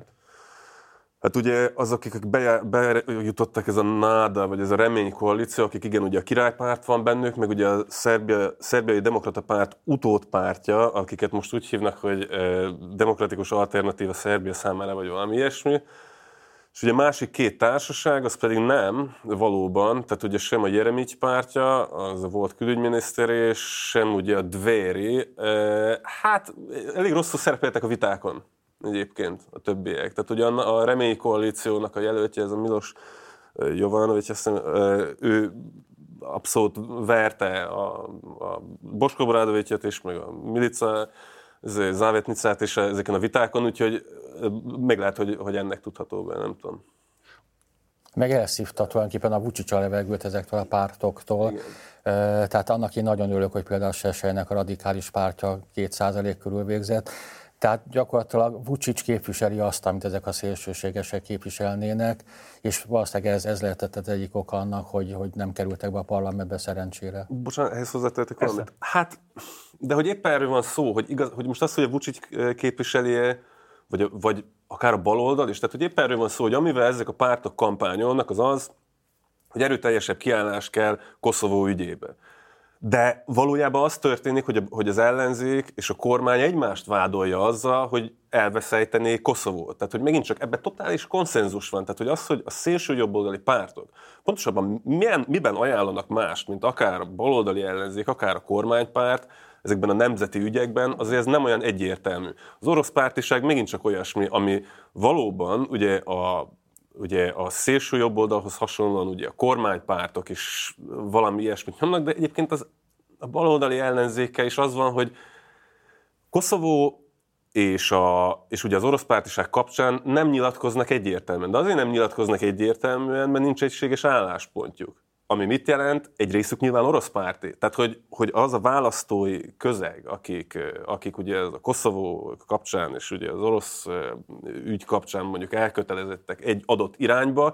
Hát ugye azok, akik bejutottak ez a náda, vagy ez a reménykoalíció, akik igen, ugye a királypárt van bennük, meg ugye a Szerbia, Szerbiai Demokrata Párt utódpártja, akiket most úgy hívnak, hogy Demokratikus Alternatíva Szerbia számára, vagy valami ilyesmi. És ugye a másik két társaság, az pedig nem, valóban, tehát ugye sem a Jeremics pártja, az volt külügyminiszter, és sem ugye a Dveri, hát elég rosszul szerepeltek a vitákon. Egyébként a többiek. Tehát ugye a Remény koalíciónak a jelöltje, ez a Milos Jovanovics, azt hiszem, ő abszolút verte a, a Boško Obradovićot és meg a Milica Zavetnicát és ezeken a vitákon, úgyhogy meg lehet, hogy, hogy ennek tudható be, nem tudom. Meg elszívta tulajdonképpen a Vučić a levegőt ezektől a pártoktól. Igen. Tehát annak én nagyon örülök, hogy például Šešeljnek a radikális pártja két százalék körül végzett. Tehát gyakorlatilag Vučić képviseli azt, amit ezek a szélsőségesek képviselnének, és valószínűleg ez, ez lehetett az egyik oka annak, hogy, hogy nem kerültek be a parlamentbe szerencsére. Bocsánat, ehhez hozzátettek valamit. Hát, de hogy éppen erről van szó, hogy, igaz, hogy most az, hogy a Vučić képviseli, vagy, vagy akár a baloldal is, tehát hogy éppen erről van szó, hogy amivel ezek a pártok kampányolnak, az az, hogy erőteljesebb kiállás kell Koszovó ügyébe. De valójában az történik, hogy, a, hogy az ellenzék és a kormány egymást vádolja azzal, hogy elveszejtené Koszovót. Tehát, hogy megint csak ebben totális konszenzus van. Tehát, hogy az, hogy a szélső jobboldali pártok pontosabban milyen, miben ajánlanak mást, mint akár a baloldali ellenzék, akár a kormánypárt, ezekben a nemzeti ügyekben, azért ez nem olyan egyértelmű. Az orosz pártiság megint csak olyasmi, ami valóban ugye a ugye a szélső jobboldalhoz hasonlóan ugye a kormánypártok is valami ilyesmit nyomnak, de egyébként az, a baloldali ellenzékkel is az van, hogy Koszovó és, a, és ugye az orosz pártiság kapcsán nem nyilatkoznak egyértelműen. De azért nem nyilatkoznak egyértelműen, mert nincs egységes álláspontjuk. Ami mit jelent? Egy részük nyilván orosz párti. Tehát, hogy, hogy az a választói közeg, akik, akik ugye a Koszovó kapcsán és ugye az orosz ügy kapcsán mondjuk elkötelezettek egy adott irányba,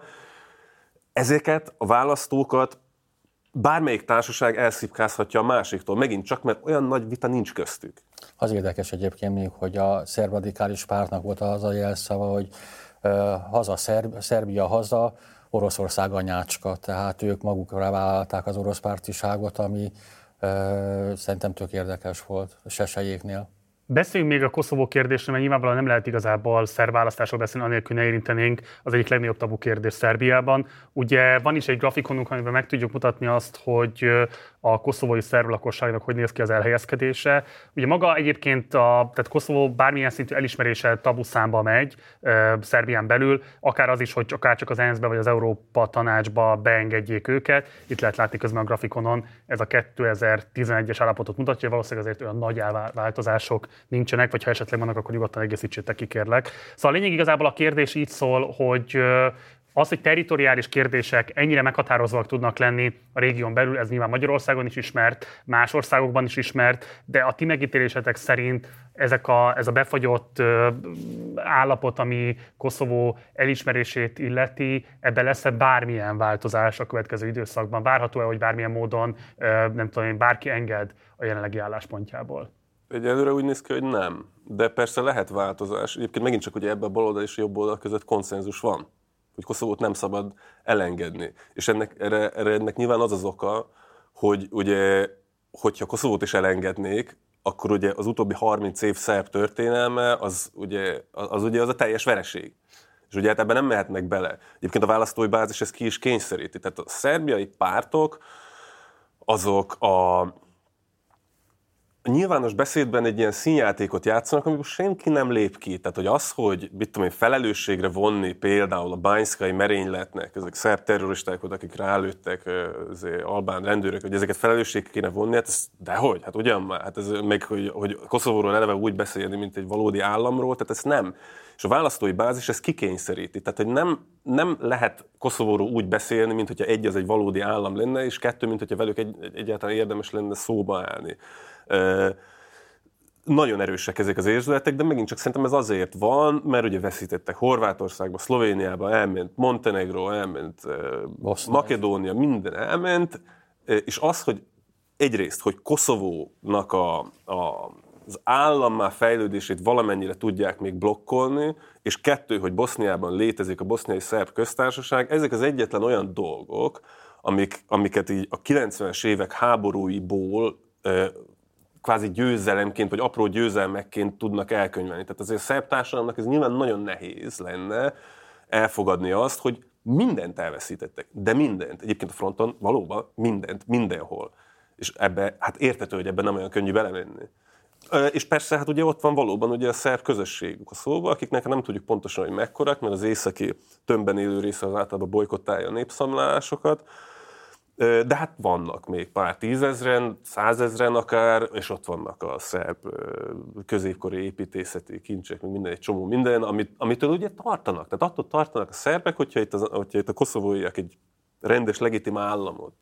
ezeket a választókat bármelyik társaság elszipkázhatja a másiktól. Megint csak, mert olyan nagy vita nincs köztük. Az érdekes egyébként még, hogy a szerb radikális pártnak volt az a jelszava, hogy uh, haza Szerb, Szerbia haza, Oroszország anyácska, tehát ők magukra vállalták az orosz pártiságot, ami ö, szerintem tök érdekes volt a Šešeljéknél. Beszéljünk még a Koszovó kérdésről, mert nyilvánvalóan nem lehet igazából szerb választásról beszélni, anélkül ne érintenénk az egyik legnagyobb tabu kérdés Szerbiában. Ugye van is egy grafikonunk, amiben meg tudjuk mutatni azt, hogy a koszovói szerb lakosságnak hogy néz ki az elhelyezkedése. Ugye maga egyébként a, tehát Koszovó bármilyen szintű elismerése tabuszámba megy e, Szerbián belül, akár az is, hogy akár csak az e en es be vagy az Európa Tanácsba beengedjék őket. Itt lehet látni közben a grafikonon, ez a kétezer-tizenegyes állapotot mutatja, valószínűleg azért olyan nagy változások nincsenek, vagy ha esetleg vannak, akkor nyugodtan egészítsétek ki, kérlek. Szóval a lényeg igazából a kérdés így szól, hogy az, hogy territoriális kérdések ennyire meghatározóak tudnak lenni a régión belül, ez nyilván Magyarországon is ismert, más országokban is ismert, de a ti megítélésetek szerint ezek a, ez a befagyott állapot, ami Koszovó elismerését illeti, ebben lesz-e bármilyen változás a következő időszakban? Várható-e, hogy bármilyen módon, nem tudom, bárki enged a jelenlegi álláspontjából? Egyelőre úgy néz ki, hogy nem. De persze lehet változás. Egyébként megint csak ugye ebben a baloldal és a jobb oldal között konszenzus van, hogy Koszovót nem szabad elengedni. És ennek, erre, erre ennek nyilván az az oka, hogy ugye, hogyha Koszovót is elengednék, akkor ugye az utóbbi harminc év szerb történelme, az ugye az, az, ugye az a teljes vereség. És ugye hát ebben nem mehetnek bele. Egyébként a választói bázis ezt ki is kényszeríti. Tehát a szerbiai pártok, azok a, a nyilvános beszédben egy ilyen színjátékot játszanak, amikor senki nem lép ki. Tehát, hogy az, hogy mit tudom én, felelősségre vonni például a bányszkai merényletnek, ezek szerb terroristák volt, akik rálőttek az albán rendőrök, hogy ezeket felelősségre kéne vonni, hát ez, dehogy, hát ugyan már, hát ez meg, hogy, hogy Koszovóról eleve úgy beszélni, mint egy valódi államról, tehát ez nem. És a választói bázis ezt kikényszeríti. Tehát, hogy nem, nem lehet Koszovóról úgy beszélni, mint hogyha egy az egy valódi állam lenne, és kettő, mint hogyha velük egy, egyáltalán érdemes lenne szóba állni. Uh, nagyon erősek ezek az érzületek, de megint csak szerintem ez azért van, mert ugye veszítettek Horvátországba, Szlovéniába, elment Montenegro, elment uh, Makedónia, minden elment, uh, és az, hogy egyrészt, hogy Koszovónak a, a az állammá fejlődését valamennyire tudják még blokkolni, és kettő, hogy Boszniában létezik a boszniai szerb köztársaság, ezek az egyetlen olyan dolgok, amik, amiket így a kilencvenes évek háborúiból eh, kvázi győzelemként, vagy apró győzelmekként tudnak elkönyvelni. Tehát azért a szerb társadalomnak ez nyilván nagyon nehéz lenne elfogadni azt, hogy mindent elveszítettek, de mindent. Egyébként a fronton valóban mindent, mindenhol. És ebbe, hát értető, hogy ebben nem olyan könnyű belemenni. És persze, hát ugye ott van valóban ugye a szerb közösségük a szóval, akiknek nem tudjuk pontosan, hogy mekkorák, mert az északi tömbben élő része az általában bolykottálja a népszámlálásokat, de hát vannak még pár tízezren, százezren akár, és ott vannak a szerb középkori építészeti kincsek, még minden, egy csomó minden, amit, amitől ugye tartanak. Tehát attól tartanak a szerbek, hogyha itt, az, hogyha itt a koszovóiak egy rendes, legitim államot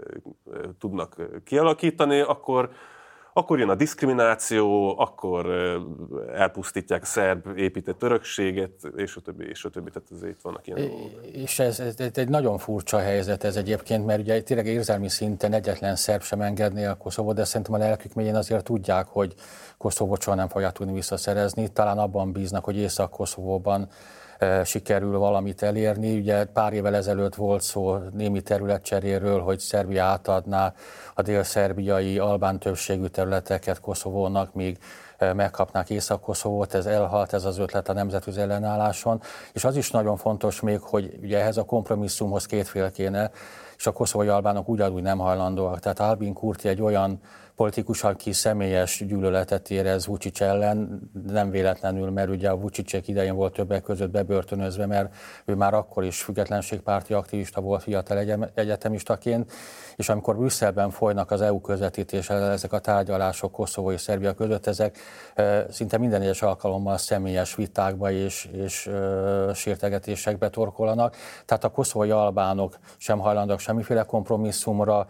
tudnak kialakítani, akkor Akkor jön a diszkrimináció, akkor elpusztítják a szerb épített örökséget, és a többi, és a többi, tehát azért itt vannak ilyen dolgok. És ez, ez egy nagyon furcsa helyzet ez egyébként, mert ugye tényleg érzelmi szinten egyetlen szerb sem engedné a Koszovót, de szerintem a lelkük mélyén azért tudják, hogy Koszovót soha nem fogják tudni visszaszerezni. Talán abban bíznak, hogy Észak-Koszovóban sikerül valamit elérni. Ugye pár évvel ezelőtt volt szó némi területcseréről, hogy Szerbia átadná a dél-szerbiai albán többségű területeket Koszovónak, míg megkapnák Észak-Koszovót, ez elhalt, ez az ötlet a nemzetközi ellenálláson. És az is nagyon fontos még, hogy ugye ehhez a kompromisszumhoz két fél kéne, és a koszovói albánok ugyanúgy nem hajlandóak. Tehát Albin Kurti egy olyan politikus, aki személyes gyűlöletet érez Vučić ellen, nem véletlenül, mert ugye a Vučićek idején volt többek között bebörtönözve, mert ő már akkor is függetlenségpárti aktivista volt fiatal egyetemistaként, és amikor Brüsszelben folynak az é u közvetítéssel ezek a tárgyalások Koszovó és Szerbia között, ezek szinte minden egyes alkalommal személyes vitákba és, és uh, sértegetésekbe torkolanak. Tehát a koszovói albánok sem hajlandók semmiféle kompromisszumra,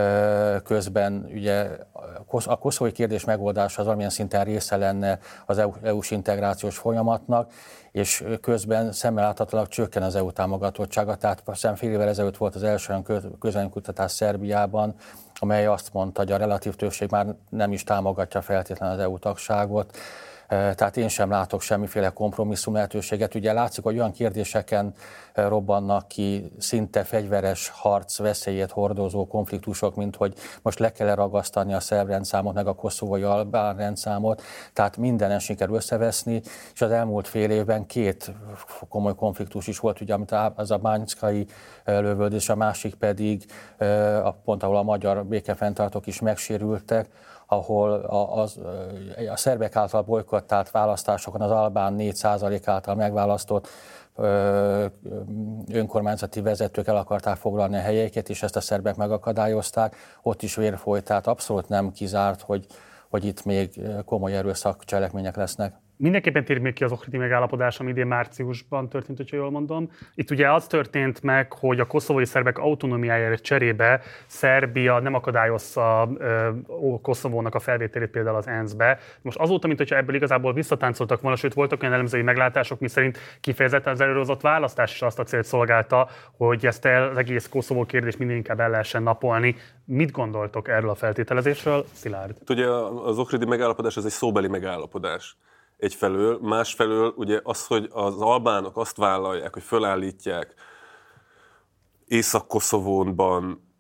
közben ugye a koszovói kérdés megoldása az valamilyen szinten része lenne az é u-s integrációs folyamatnak, és közben szemmel láthatólag csökken az é u támogatottsága. Tehát aztán fél évvel ezelőtt volt az első olyan közvéleménykutatás Szerbiában, amely azt mondta, hogy a relatív többség már nem is támogatja feltétlenül az é u tagságot. Tehát én sem látok semmiféle kompromisszum lehetőséget. Ugye látszik, hogy olyan kérdéseken robbannak ki szinte fegyveres harc veszélyét hordozó konfliktusok, mint hogy most le kell ragasztani a szerb rendszámot, meg a koszovói albán rendszámot. Tehát mindenen sikerül összeveszni, és az elmúlt fél évben két komoly konfliktus is volt, ugye, amit az a bányszkai lövöldés, a másik pedig pont, ahol a magyar békefenntartók is megsérültek, ahol a, az, a szerbek által bolykottált választásokon az albán négy százalék által megválasztott ö, önkormányzati vezetők el akarták foglalni a helyeiket, és ezt a szerbek megakadályozták. Ott is vér folyt, tehát abszolút nem kizárt, hogy, hogy itt még komoly erőszakcselekmények lesznek. Mindenképpen térjünk még ki az ohridi megállapodás, ami idén márciusban történt, hogyha jól mondom. Itt ugye az történt meg, hogy a koszovói szerbek autonómiájára cserébe Szerbia nem akadályozza ö, Koszovónak a felvételét például az é en es bé. Most azóta, mint hogyha ebből igazából visszatáncoltak volna, sőt voltak olyan elemzői meglátások, miszerint kifejezetten az előrehozott választás is azt a célt szolgálta, hogy ezt az egész Koszovó kérdést minél inkább el lehessen napolni. Mit gondoltok erről a feltételezésről, Szilárd? Ugye az ohridi megállapodás ez egy szóbeli megállapodás. Egyfelől, másfelől ugye az, hogy az albánok azt vállalják, hogy fölállítják Észak-Koszovóban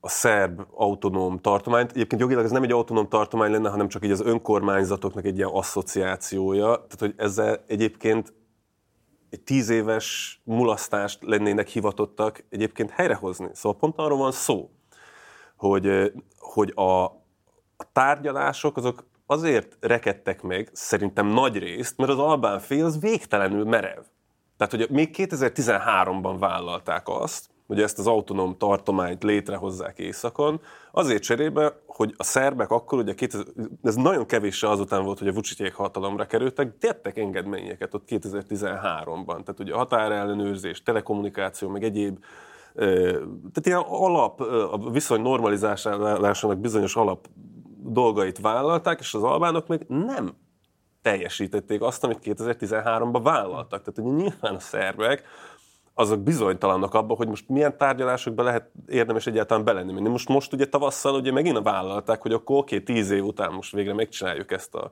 a szerb autonóm tartományt. Egyébként jogilag ez nem egy autonóm tartomány lenne, hanem csak így az önkormányzatoknak egy ilyen asszociációja. Tehát, hogy ezzel egyébként egy tíz éves mulasztást lennének hivatottak egyébként helyrehozni. Szóval pont arról van szó, hogy, hogy a, a tárgyalások azok azért rekedtek meg, szerintem nagy részt, mert az albán fél az végtelenül merev. Tehát, hogy még kétezer-tizenháromban vállalták azt, hogy ezt az autonóm tartományt létrehozzák északon, azért cserébe, hogy a szerbek akkor, ugye kétezer, ez nagyon kevéssel azután volt, hogy a Vučićék hatalomra kerültek, tettek engedményeket ott kétezer-tizenháromban. Tehát ugye a határellenőrzés, telekommunikáció, meg egyéb, tehát ilyen alap, a viszony normalizálásának bizonyos alap dolgait vállalták, és az albánok még nem teljesítették azt, amit kétezer-tizenháromban vállaltak. Tehát ugye nyilván a szerbek azok bizonytalanok abban, hogy most milyen tárgyalásokba lehet érdemes egyáltalán belenni. Most, most ugye tavasszal ugye megint vállalták, hogy akkor oké, okay, tíz év után most végre megcsináljuk ezt a,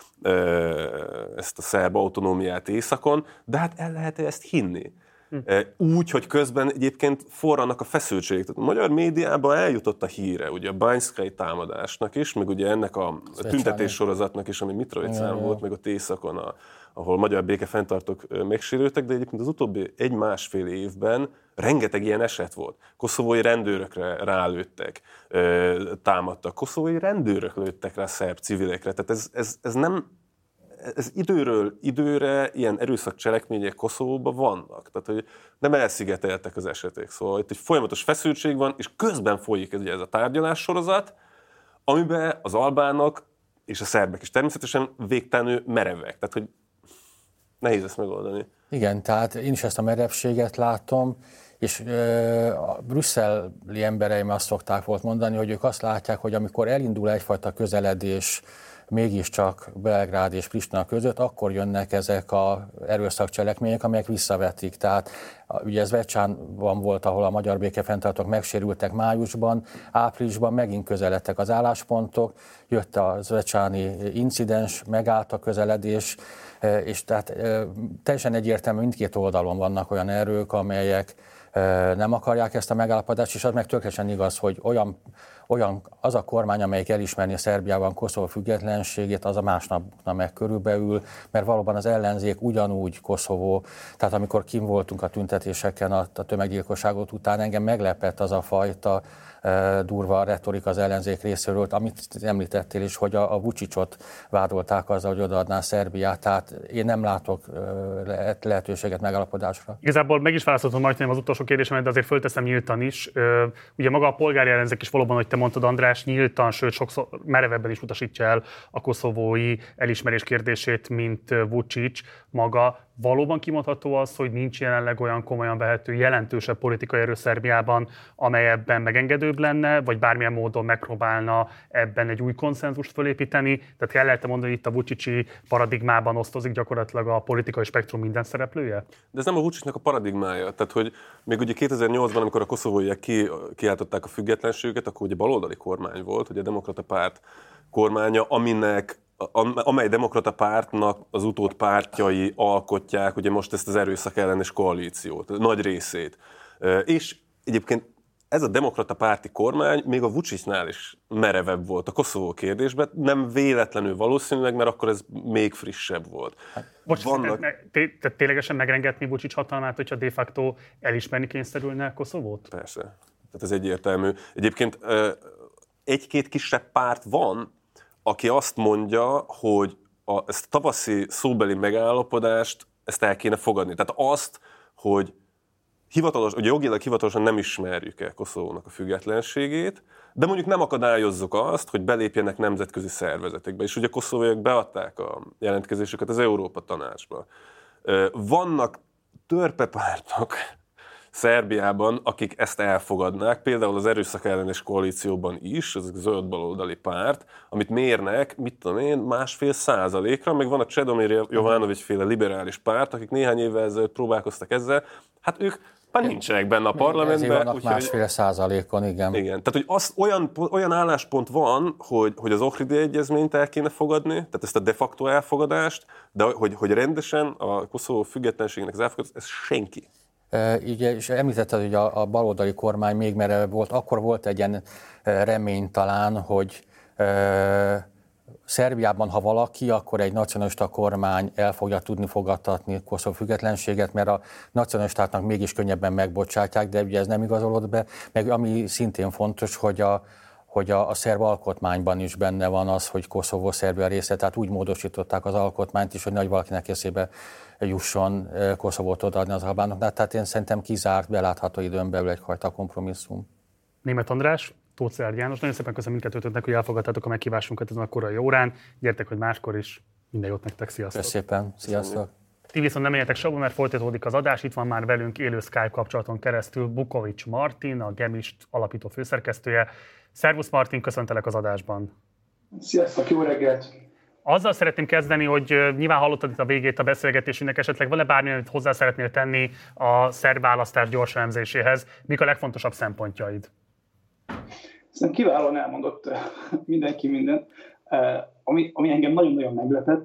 ezt a szerb autonómiát északon, de hát el lehet ezt hinni. Úgy, hogy közben egyébként forranak a feszültségek. Tehát a magyar médiában eljutott a híre, ugye a bányszkai támadásnak is, meg ugye ennek a tüntetés sorozatnak is, ami Mitrovicán volt, meg ott északon, a, ahol magyar békefenntartók megsérültek, de egyébként az utóbbi egy-másfél évben rengeteg ilyen eset volt. Koszovói rendőrökre rálőttek, támadtak. Koszovói rendőrök lőttek rá szerb civilekre. Tehát ez, ez, ez nem... Ez időről időre ilyen erőszakcselekmények Koszovóban vannak. Tehát, hogy nem elszigeteltek az esetek. Szóval itt egy folyamatos feszültség van, és közben folyik ez, ugye ez a tárgyalássorozat, amiben az albánok és a szerbek is természetesen végtelenül merevek. Tehát, hogy nehéz ezt megoldani. Igen, tehát én is ezt a merevséget látom, és ö, a brüsszeli embereim azt szokták volt mondani, hogy ők azt látják, hogy amikor elindul egyfajta közeledés mégiscsak Belgrád és Pristina között, akkor jönnek ezek az erőszakcselekmények, amelyek visszavetik. Tehát ugye Zvečánban volt, ahol a magyar békefenntartók megsérültek májusban, áprilisban megint közeledtek az álláspontok, jött a zvečáni incidens, megállt a közeledés, és tehát teljesen egyértelmű, mindkét oldalon vannak olyan erők, amelyek nem akarják ezt a megállapodást, és az meg tökéletesen igaz, hogy olyan, olyan az a kormány, amelyik elismerni a Szerbiában Koszovó függetlenségét, az a másnapnak meg körülbelül, mert valóban az ellenzék ugyanúgy Koszovó, tehát amikor kim voltunk a tüntetéseken a, a tömeggyilkosságot után, engem meglepett az a fajta e, durva retorika az ellenzék részéről, amit említettél is, hogy a, a Vučićot vádolták azzal, hogy odaadná Szerbiát, tehát én nem látok e, lehetőséget megállapodásra. Igazából meg is választottam majdnem az utolsó kérdésemet, de azért fölteszem nyíltan is. Ugye maga a polgári ellenzék is valóban, hogy te mondtad, András, nyíltan, sőt sokszor merevebben is utasítja el a koszovói elismerés kérdését, mint Vučić maga. Valóban kimondható az, hogy nincs jelenleg olyan komolyan vehető, jelentősebb politikai erő Szerbiában, amely ebben megengedőbb lenne, vagy bármilyen módon megpróbálna ebben egy új konszenzust fölépíteni. Tehát el lehet mondani, hogy itt a Vučići paradigmában osztozik gyakorlatilag a politikai spektrum minden szereplője? De ez nem a Vučićnak a paradigmája. Tehát, hogy még ugye kétezer-nyolcban, amikor a koszovóiak ki, kiáltották a függetlenségüket, akkor ugye baloldali kormány volt, ugye a Demokrata Párt kormánya, aminek amely demokrata pártnak az utódpártjai alkotják ugye most ezt az erőszak ellenes koalíciót, nagy részét. És egyébként ez a demokrata párti kormány még a Vučićnál is merevebb volt a Koszovó kérdésben, nem véletlenül valószínűleg, mert akkor ez még frissebb volt. Bocs, Vannak... tehát ténylegesen megrengetni Vučić hatalmát, hogyha de facto elismerni kényszerülne Koszovót? Persze, tehát ez egyértelmű. Egyébként egy-két kisebb párt van, aki azt mondja, hogy a, ezt a tavaszi szóbeli megállapodást ezt el kéne fogadni. Tehát azt, hogy hivatalos, ugye jogilag hivatalosan nem ismerjük el Koszovónak a függetlenségét, de mondjuk nem akadályozzuk azt, hogy belépjenek nemzetközi szervezetekbe. És ugye a koszovóiak beadták a jelentkezésüket az Európa Tanácsba. Vannak törpepártok Szerbiában, akik ezt elfogadnák, például az erőszak ellenes koalícióban is, ez a zöld baloldali párt, amit mérnek, mit tudom én, másfél százalékra, meg van a Csedomir Jovanović féle liberális párt, akik néhány évvel ezelőtt próbálkoztak ezzel, hát ők már nincsenek benne a parlamentben. Ezért vannak másfél százalékon, igen. Igen, tehát hogy az, olyan, olyan álláspont van, hogy, hogy az Ohridi Egyezményt el kéne fogadni, tehát ezt a de facto elfogadást, de hogy, hogy rendesen a Koszovó függetlenségének az elfogadást, ez senki. Így, és említetted, hogy a, a baloldali kormány még, mert volt, akkor volt egy ilyen remény talán, hogy e, Szerbiában, ha valaki, akkor egy nacionalista kormány el fogja tudni fogadtatni Koszovó függetlenséget, mert a nacionalistáknak mégis könnyebben megbocsátják, de ugye ez nem igazolódott be. Meg ami szintén fontos, hogy a, hogy a, a szerb alkotmányban is benne van az, hogy Koszovó Szerbia része, tehát úgy módosították az alkotmányt is, hogy nagy valakinek eszébe jusson Koszovót odaadni az albánoknak. Tehát én szerintem kizárt, belátható időn belül egyfajta kompromisszum. Németh András, Tóth Szilárd János, nagyon szépen köszönöm mindkettőtöknek, hogy elfogadtátok a meghívásunkat ezen a korai órán. Gyertek, hogy máskor is. Minden jót nektek, sziasztok! Köszönöm szépen, sziasztok! Ti viszont nem menjetek sehova, mert folytatódik az adás. Itt van már velünk élő Skype kapcsolaton keresztül Bukovics Martin, a Gemist alapító főszerkesztője. Szervusz Martin, köszöntelek az adásban. Sziasztok, jó reggelt! Azzal szeretném kezdeni, hogy nyilván hallottad itt a végét a beszélgetésünknek, esetleg van-e bármi, amit hozzá szeretnél tenni a szerb választás gyors elemzéséhez? Mik a legfontosabb szempontjaid? Szerintem kiválóan elmondott mindenki mindent. Ami, ami engem nagyon-nagyon meglepett,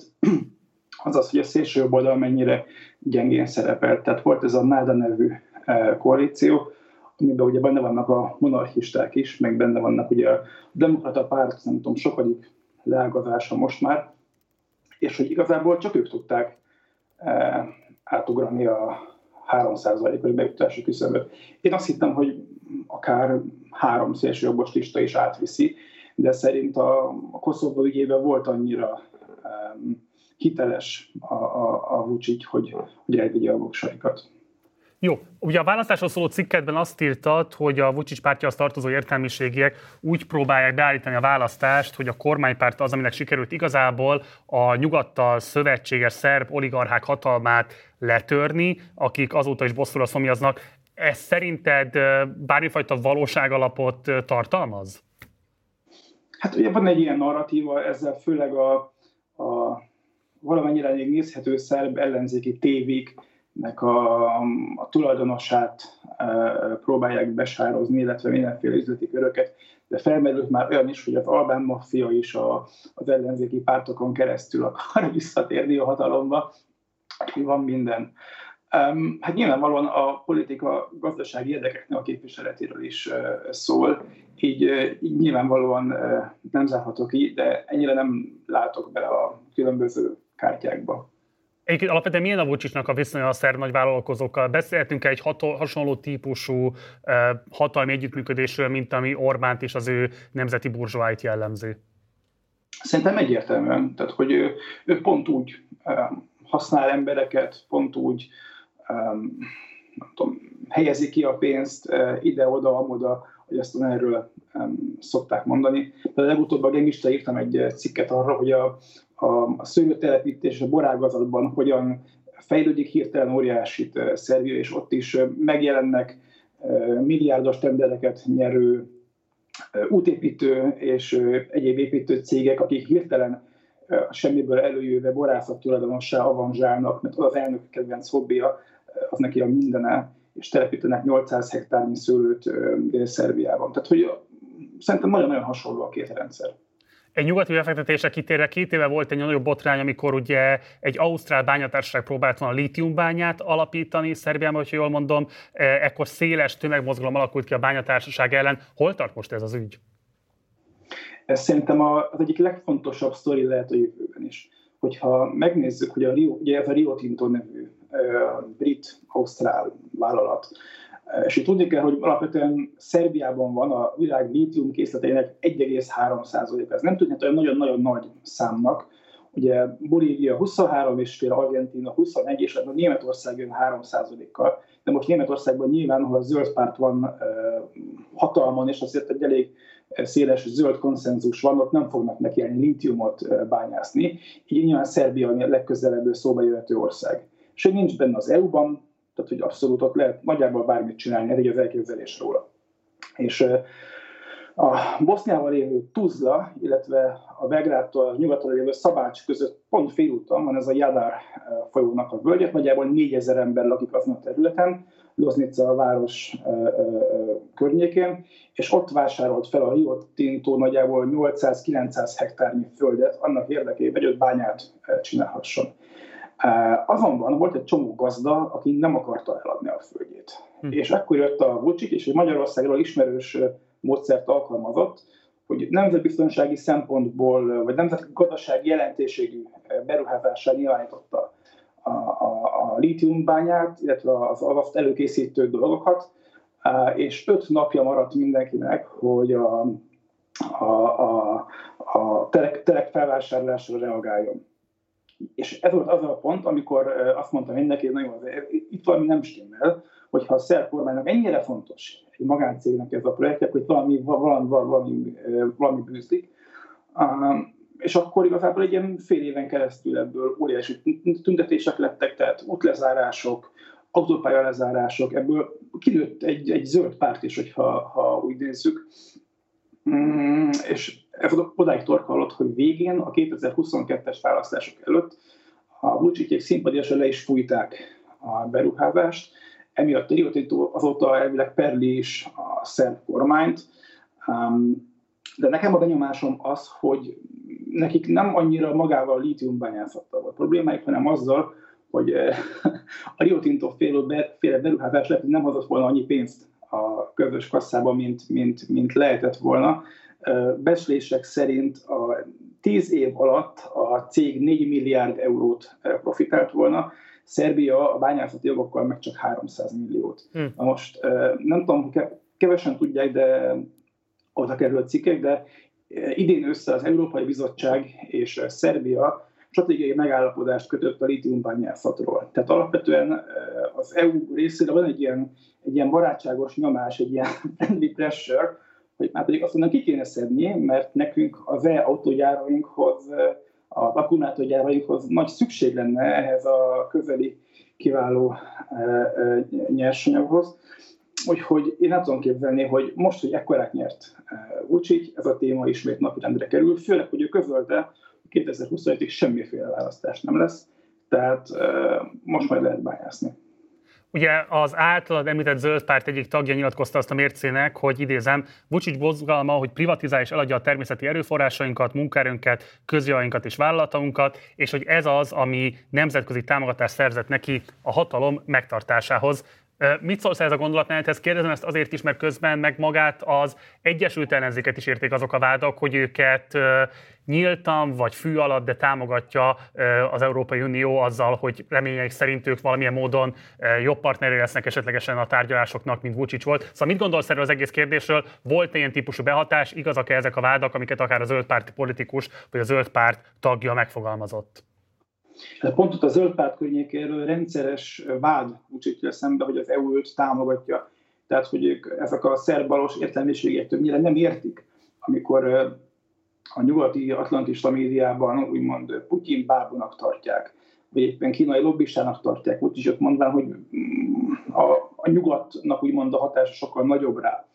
az az, hogy a szélső jobb oldal mennyire gyengén szerepelt. Tehát volt ez a NÁDA nevű koalíció, amiben ugye benne vannak a monarchisták is, meg benne vannak ugye a demokrata párt, nem tudom, sokadik leágazása most már, és hogy igazából csak ők tudták e, átugrani a három százalékos bejutási küszöböt. Én azt hittem, hogy akár három szélsőjobbos lista is átviszi, de szerint a, a Koszovó ügyében volt annyira e, hiteles a, a, a Vučić, hogy, hogy elvigye a voksaikat. Jó, ugye a választásról szóló cikkedben azt írtad, hogy a Vučić pártjához tartozó értelmiségiek úgy próbálják beállítani a választást, hogy a kormánypárt az, aminek sikerült igazából a nyugattal szövetséges szerb oligarchák hatalmát letörni, akik azóta is bosszúra szomjaznak. Ez szerinted bármifajta valóságalapot tartalmaz? Hát ugye van egy ilyen narratíva, ezzel főleg a, a valamennyire még nézhető szerb ellenzéki tévék nek a, a tulajdonosát e, próbálják besározni, illetve mindenféle üzleti köröket, de felmerült már olyan is, hogy az albán maffia is a, az ellenzéki pártokon keresztül akar visszatérni a hatalomba, hogy van minden. Um, hát nyilvánvalóan a politika gazdasági érdekeknek a képviseletéről is uh, szól, így, uh, így nyilvánvalóan uh, nem zárható ki, de ennyire nem látok bele a különböző kártyákba. Egyébként alapvetően milyen a Vučićnak a viszonya a szerb nagyvállalkozókkal? Beszéltünk egy hato- hasonló típusú uh, hatalmi együttműködésről, mint ami Orbánt és az ő nemzeti burzsóáit jellemzi? Szerintem egyértelműen. Tehát, hogy ő, ő pont úgy um, használ embereket, pont úgy um, nem tudom, helyezi ki a pénzt uh, ide-oda, amoda, hogy azt erről um, szokták mondani. De legutóbb a Gemista írtam egy cikket arra, hogy a a szőlőtelepítés a borágazatban hogyan fejlődik hirtelen óriásit Szerbia, és ott is megjelennek milliárdos tendereket nyerő útépítő és egyéb építő cégek, akik hirtelen semmiből előjöve borászat tulajdonossá avanzsálnak, mert az elnök kedvenc hobbija, az neki a mindene, és telepítenek nyolcszáz hektárnyi szőlőt Szerbiában. Tehát, hogy szerintem nagyon-nagyon hasonló a két rendszer. Egy nyugati befektetésre kitérve, két éve volt egy nagyobb botrány, amikor ugye egy ausztrál bányatársaság próbált volna lítiumbányát alapítani Szerbiában, hogyha jól mondom, ekkor széles tömegmozgalom alakult ki a bányatársaság ellen. Hol tart most ez az ügy? Ez szerintem az egyik legfontosabb sztori lehet a jövőben is. Hogyha megnézzük, hogy a Rio, ugye ez a Rio Tinto nevű brit-ausztrál vállalat, és itt tudni kell, hogy alapvetően Szerbiában van a világ lítium készleteinek egy egész három százaléka. Ez nem tudható olyan nagyon-nagyon nagy számnak. Ugye Bolívia huszonhárom egész öt, Argentína huszonegy, és a Németország jön három százalékkal. De most Németországban nyilván, ahol a zöld párt van hatalmon, és azért egy elég széles zöld konszenzus van, ott nem fognak neki ilyen lítiumot bányászni. Így nyilván Szerbia a legközelebb szóba jöhető ország. És hogy nincs benne az é u-ban, tehát, hogy abszolút ott lehet nagyjából bármit csinálni, ez így az elképzelés róla. És a Boszniával lévő Tuzla, illetve a Belgrádtól nyugaton lévő Szabács között pont félúton van ez a Jadar folyónak a völgyet, nagyjából négyezer ember lakik azon a területen, Loznica a város környékén, és ott vásárolt fel a Rio Tinto nagyjából nyolcszáz-kilencszáz hektárnyi földet annak érdekében, hogy ott bányát csinálhasson. Azonban volt egy csomó gazda, aki nem akarta eladni a földjét. Hm. És akkor jött a Vučić, és egy Magyarországról ismerős módszert alkalmazott, hogy nemzetbiztonsági szempontból, vagy nemzetgazdasági jelentőségű beruházással nyilvánította a, a, a lítiumbányát, illetve az azt előkészítő dolgokat, és öt napja maradt mindenkinek, hogy a, a, a, a telek, telek felvásárlásra reagáljon. És ez volt az a pont, amikor azt mondta mindenki, hogy nagyon, itt valami nem stimmel, hogyha a szerb kormánynak ennyire fontos egy magáncégnek ez a projekt, akkor itt valami, valami, valami, valami bűzlik. És akkor igazából egy ilyen fél éven keresztül ebből óriási tüntetések lettek, tehát útlezárások, autópálya lezárások, ebből kinőtt egy, egy zöld párt is, hogyha ha úgy nézzük. Mm, és ez odáig torkollott, hogy végén a kétezer-huszonkettes választások előtt a Vučićék szimpadiasan le is fújták a beruházást, emiatt a Rio Tinto azóta elvileg perli is a szerb kormányt, de nekem a benyomásom az, hogy nekik nem annyira magával a lítiumbányászattal volt problémáik, hanem azzal, hogy a Rio Tinto féle beruházás lehet, hogy nem hozott volna annyi pénzt a közös kasszában, mint, mint, mint lehetett volna. Becslések szerint a tíz év alatt a cég négy milliárd eurót profitált volna, Szerbia a bányászati jogokkal meg csak háromszáz milliót. Hmm. Na most nem tudom, kevesen tudják, de oda került cikkek, de idén össze az Európai Bizottság és Szerbia stratégiai megállapodást kötött a lítiumbányászatról. Tehát alapvetően az é u részéről van egy ilyen, egy ilyen barátságos nyomás, egy ilyen friendly pressure, hogy már pedig azt mondom, ki kéne szedni, mert nekünk az e-autógyárainkhoz, az akkumulátorgyárainkhoz nagy szükség lenne ehhez a közeli kiváló nyersanyaghoz. Úgyhogy én nem tudom képzelni, hogy most, hogy ekkorát nyert Vučić, ez a téma ismét napirendre kerül, főleg, hogy ő közölte, kétezer-huszonötig semmiféle választás nem lesz, tehát most majd lehet bányászni. Ugye az általad említett zöld párt egyik tagja nyilatkozta azt a mércének, hogy idézem, Vučić mozgalma, hogy privatizálja és eladja a természeti erőforrásainkat, munkaerőnket, közjavainkat és vállalataunkat, és hogy ez az, ami nemzetközi támogatást szerzett neki a hatalom megtartásához. Mit szólsz ez a gondolatmenethez? Kérdezem ezt azért is, mert közben meg magát az Egyesült Ellenzéket is érték azok a vádak, hogy őket nyíltan vagy fű alatt, de támogatja az Európai Unió azzal, hogy reményeik szerint ők valamilyen módon jobb partneré lesznek esetlegesen a tárgyalásoknak, mint Vučić volt. Szóval mit gondolsz erről az egész kérdésről? Volt ilyen típusú behatás? Igazak-e ezek a vádak, amiket akár a zöld párti politikus vagy a zöld párt tagja megfogalmazott? Pont ott a zöld párt környékéről rendszeres vád Vučićra szembe, hogy az é u őt támogatja. Tehát, hogy ők, ezek a szerb balos értelmiségek többnyire nem értik, amikor a nyugati atlantista médiában úgymond Putyin bábúnak tartják, vagy éppen kínai lobbistának tartják, Vučićot mondván, hogy a, a nyugatnak úgymond a hatása sokkal nagyobb rá.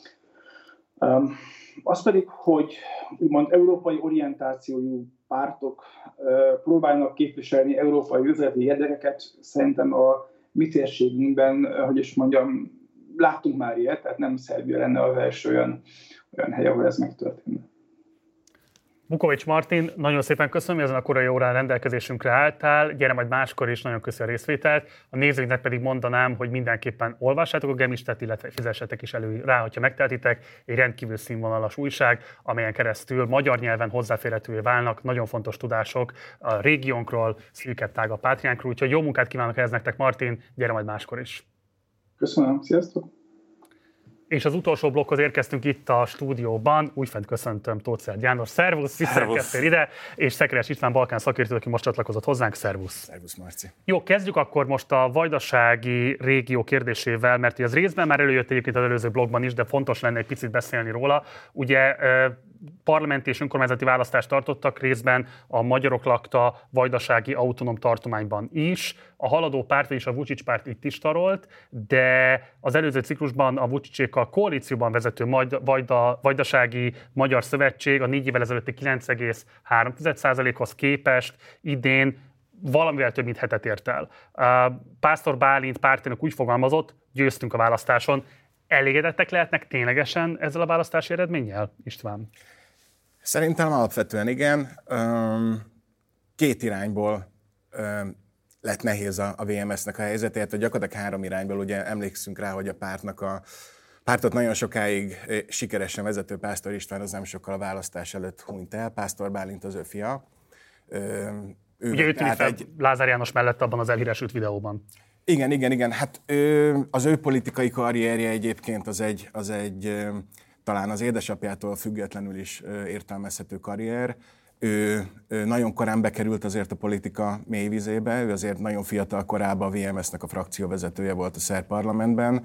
Um, az pedig, hogy úgymond európai orientációjú pártok uh, próbálnak képviselni európai üzleti érdekeket, szerintem a mi térségünkben, uh, hogy is mondjam, láttunk már ilyet, tehát nem Szerbia lenne az első olyan, olyan hely, ahol ez megtörténne. Vukovics Martin, nagyon szépen köszönöm, hogy ezen a korai órán rendelkezésünkre álltál. Gyere majd máskor is, nagyon köszi a részvételt. A nézőinknek pedig mondanám, hogy mindenképpen olvassátok a Gemistát, illetve fizessetek is elő rá, hogyha megtehetitek. Egy rendkívül színvonalas újság, amelyen keresztül magyar nyelven hozzáférhetővé válnak nagyon fontos tudások a régiónkról, szűkebb tágabb pátriánkról. Úgyhogy jó munkát kívánok ehhez nektek, Martin, gyere majd máskor is. Köszönöm, sziasztok! És az utolsó blokkhoz érkeztünk itt a stúdióban. Újfent köszöntöm Tóth Szilárd János. Szervusz, visszaérkeztél ide, és Szekeres István Balkán szakértő, aki most csatlakozott hozzánk. Szervusz. Szervusz, Marci. Jó, kezdjük akkor most a vajdasági régió kérdésével, mert az részben már előjött egyébként az előző blogban is, de fontos lenne egy picit beszélni róla. Ugye parlamenti és önkormányzati választást tartottak részben a magyarok lakta vajdasági autonóm tartományban is. A haladó párt, vagyis a Vučić párt itt is tarolt, de az előző ciklusban a Vučićékkal koalícióban vezető Vajda, Vajdasági Magyar Szövetség a négy évvel ezelőtti kilenc egész három százalékhoz képest idén valamivel több mint hetet ért el. Pásztor Bálint pártének úgy fogalmazott, győztünk a választáson. Elégedettek lehetnek ténylegesen ezzel a választási eredménnyel, István? Szerintem alapvetően igen. Két irányból lett nehéz a, a vé em es-nek a helyzete, tehát gyakorlatilag három irányból, ugye emlékszünk rá, hogy a pártnak a pártot nagyon sokáig sikeresen vezető Pásztor István az nem sokkal a választás előtt hunyt el, Pásztor Bálint az ő fia. Ő, ugye ő tűnik fel egy... Lázár János mellett abban az elhíresült videóban. Igen, igen, igen. Hát ő, az ő politikai karrierje egyébként az egy, az egy talán az édesapjától függetlenül is értelmezhető karrier. Ő, ő nagyon korán bekerült azért a politika mélyvizébe, ő azért nagyon fiatal korában a vé em es-nek a frakcióvezetője volt a szerb parlamentben,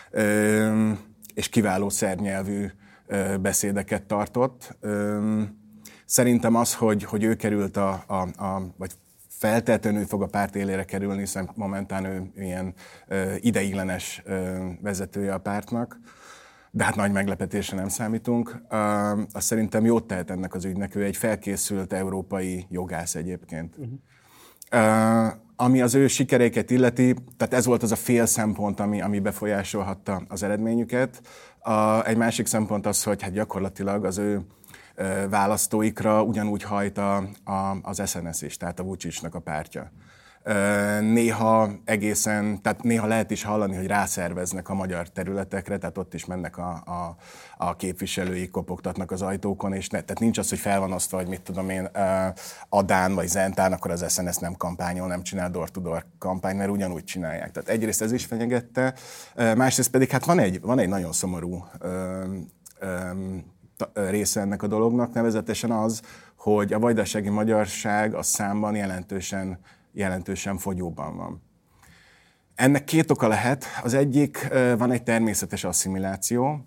és kiváló szerb nyelvű beszédeket tartott. Szerintem az, hogy, hogy ő került a, a, a vagy feltétlenül fog a párt élére kerülni, hiszen momentán ő ilyen ideiglenes vezetője a pártnak, de hát nagy meglepetésre nem számítunk. Uh, azt szerintem jót tehet ennek az ügynek, ő egy felkészült európai jogász egyébként. Uh-huh. Uh, ami az ő sikereiket illeti, tehát ez volt az a fél szempont, ami, ami befolyásolhatta az eredményüket. Uh, egy másik szempont az, hogy hát gyakorlatilag az ő uh, választóikra ugyanúgy hajt a, a, az es en es is, tehát a Vučićnak a pártja. Néha egészen, tehát néha lehet is hallani, hogy rászerveznek a magyar területekre, tehát ott is mennek a, a, a képviselői, kopogtatnak az ajtókon, és ne, tehát nincs az, hogy fel van osztva, hogy mit tudom én, Adán vagy Zentán, akkor az es en es nem kampányol, nem csinál door-to-door kampány, mert ugyanúgy csinálják. Tehát egyrészt ez is fenyegette, másrészt pedig hát van egy, van egy nagyon szomorú ö, ö, része ennek a dolognak, nevezetesen az, hogy a vajdasági magyarság a számban jelentősen jelentősen fogyóban van. Ennek két oka lehet. Az egyik, van egy természetes asszimiláció,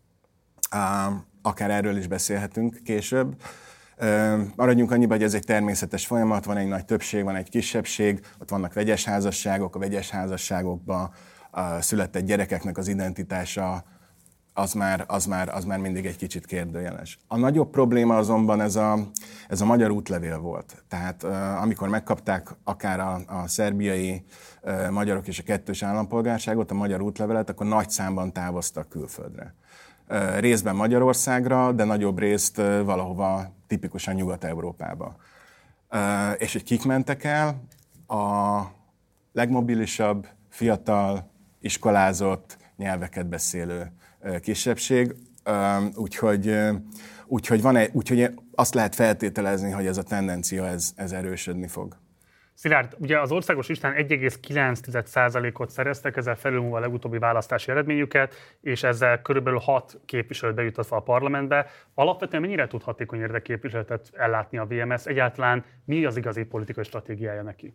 akár erről is beszélhetünk később. Maradjunk annyiba, hogy ez egy természetes folyamat, van egy nagy többség, van egy kisebbség, ott vannak vegyes házasságok, a vegyes házasságokban született gyerekeknek az identitása az már, az, már, az már mindig egy kicsit kérdőjeles. A nagyobb probléma azonban ez a, ez a magyar útlevél volt. Tehát uh, amikor megkapták akár a, a szerbiai uh, magyarok és a kettős állampolgárságot, a magyar útlevelet, akkor nagy számban távoztak külföldre. Uh, részben Magyarországra, de nagyobb részt uh, valahova tipikusan Nyugat-Európába. Uh, és hogy kik mentek el? A legmobilisabb, fiatal, iskolázott, nyelveket beszélő kisebbség, úgyhogy, úgyhogy, van egy, úgyhogy azt lehet feltételezni, hogy ez a tendencia ez, ez erősödni fog. Szilárd, ugye az országos listán egy egész kilenc százalékot szereztek, ezzel felülmúlva a legutóbbi választási eredményüket, és ezzel körülbelül hat képviselőt bejutatva a parlamentbe. Alapvetően mennyire tud hatékony érdekképviseletet ellátni a vé em es? Egyáltalán mi az igazi politikai stratégiája neki?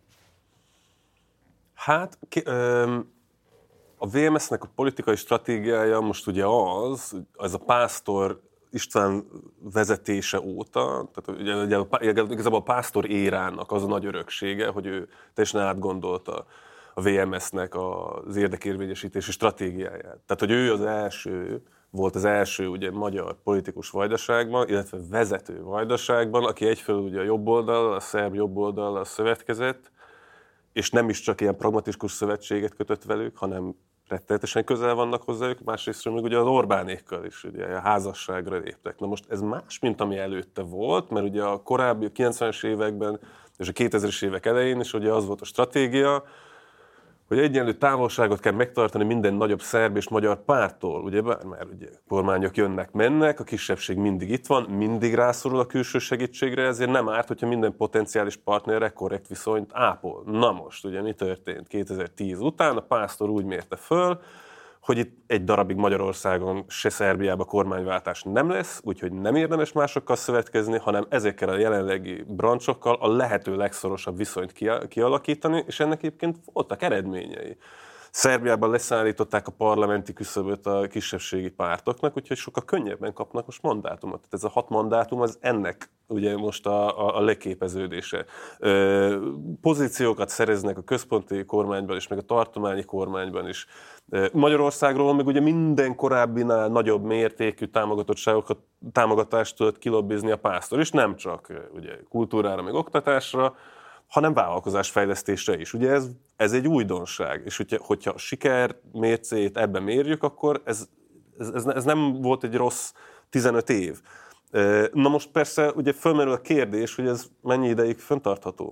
Hát... Ki, um... A vé em es-nek a politikai stratégiája most ugye az, ez a Pásztor István vezetése óta, tehát ugye, ugye igazából a Pásztor érának az a nagy öröksége, hogy ő teljesen átgondolta a vé em es-nek az érdekérvényesítési stratégiáját. Tehát, hogy ő az első, volt az első ugye magyar politikus Vajdaságban, illetve vezető Vajdaságban, aki egyfelől ugye a jobb oldal, a szerb jobb oldal szövetkezett, és nem is csak ilyen pragmatikus szövetséget kötött velük, hanem rettenetesen közel vannak hozzájuk, másrésztről még ugye az Orbánékkal is ugye a házasságra léptek. Na most ez más, mint ami előtte volt, mert ugye a korábbi a kilencvenes években és a kétezres évek elején is ugye az volt a stratégia, hogy egyenlő távolságot kell megtartani minden nagyobb szerb és magyar párttól, ugye, bár már ugye kormányok jönnek, mennek, a kisebbség mindig itt van, mindig rászorul a külső segítségre, ezért nem árt, hogyha minden potenciális partnerre korrekt viszonyt ápol. Na most, ugye mi történt kétezer-tíz után? A Pásztor úgy mérte föl, hogy itt egy darabig Magyarországon se Szerbiában kormányváltás nem lesz, úgyhogy nem érdemes másokkal szövetkezni, hanem ezekkel a jelenlegi brancsokkal a lehető legszorosabb viszonyt kialakítani, és ennek egyébként voltak eredményei. Szerbiában leszállították a parlamenti küszöböt a kisebbségi pártoknak, úgyhogy sokkal könnyebben kapnak most mandátumot. Tehát ez a hat mandátum az ennek ugye most a, a, a leképeződése. Ö, pozíciókat szereznek a központi kormányban és meg a tartományi kormányban is. Magyarországról meg ugye minden korábbinál nagyobb mértékű támogatottságokat, támogatást tudott kilobbizni a Pásztor, és nem csak ugye, kultúrára, meg oktatásra, hanem vállalkozásfejlesztésre is. Ugye ez, ez egy újdonság, és hogyha, hogyha a siker mércét ebben mérjük, akkor ez, ez, ez, ez nem volt egy rossz tizenöt év. Na most persze ugye fölmerül a kérdés, hogy ez mennyi ideig fenntartható.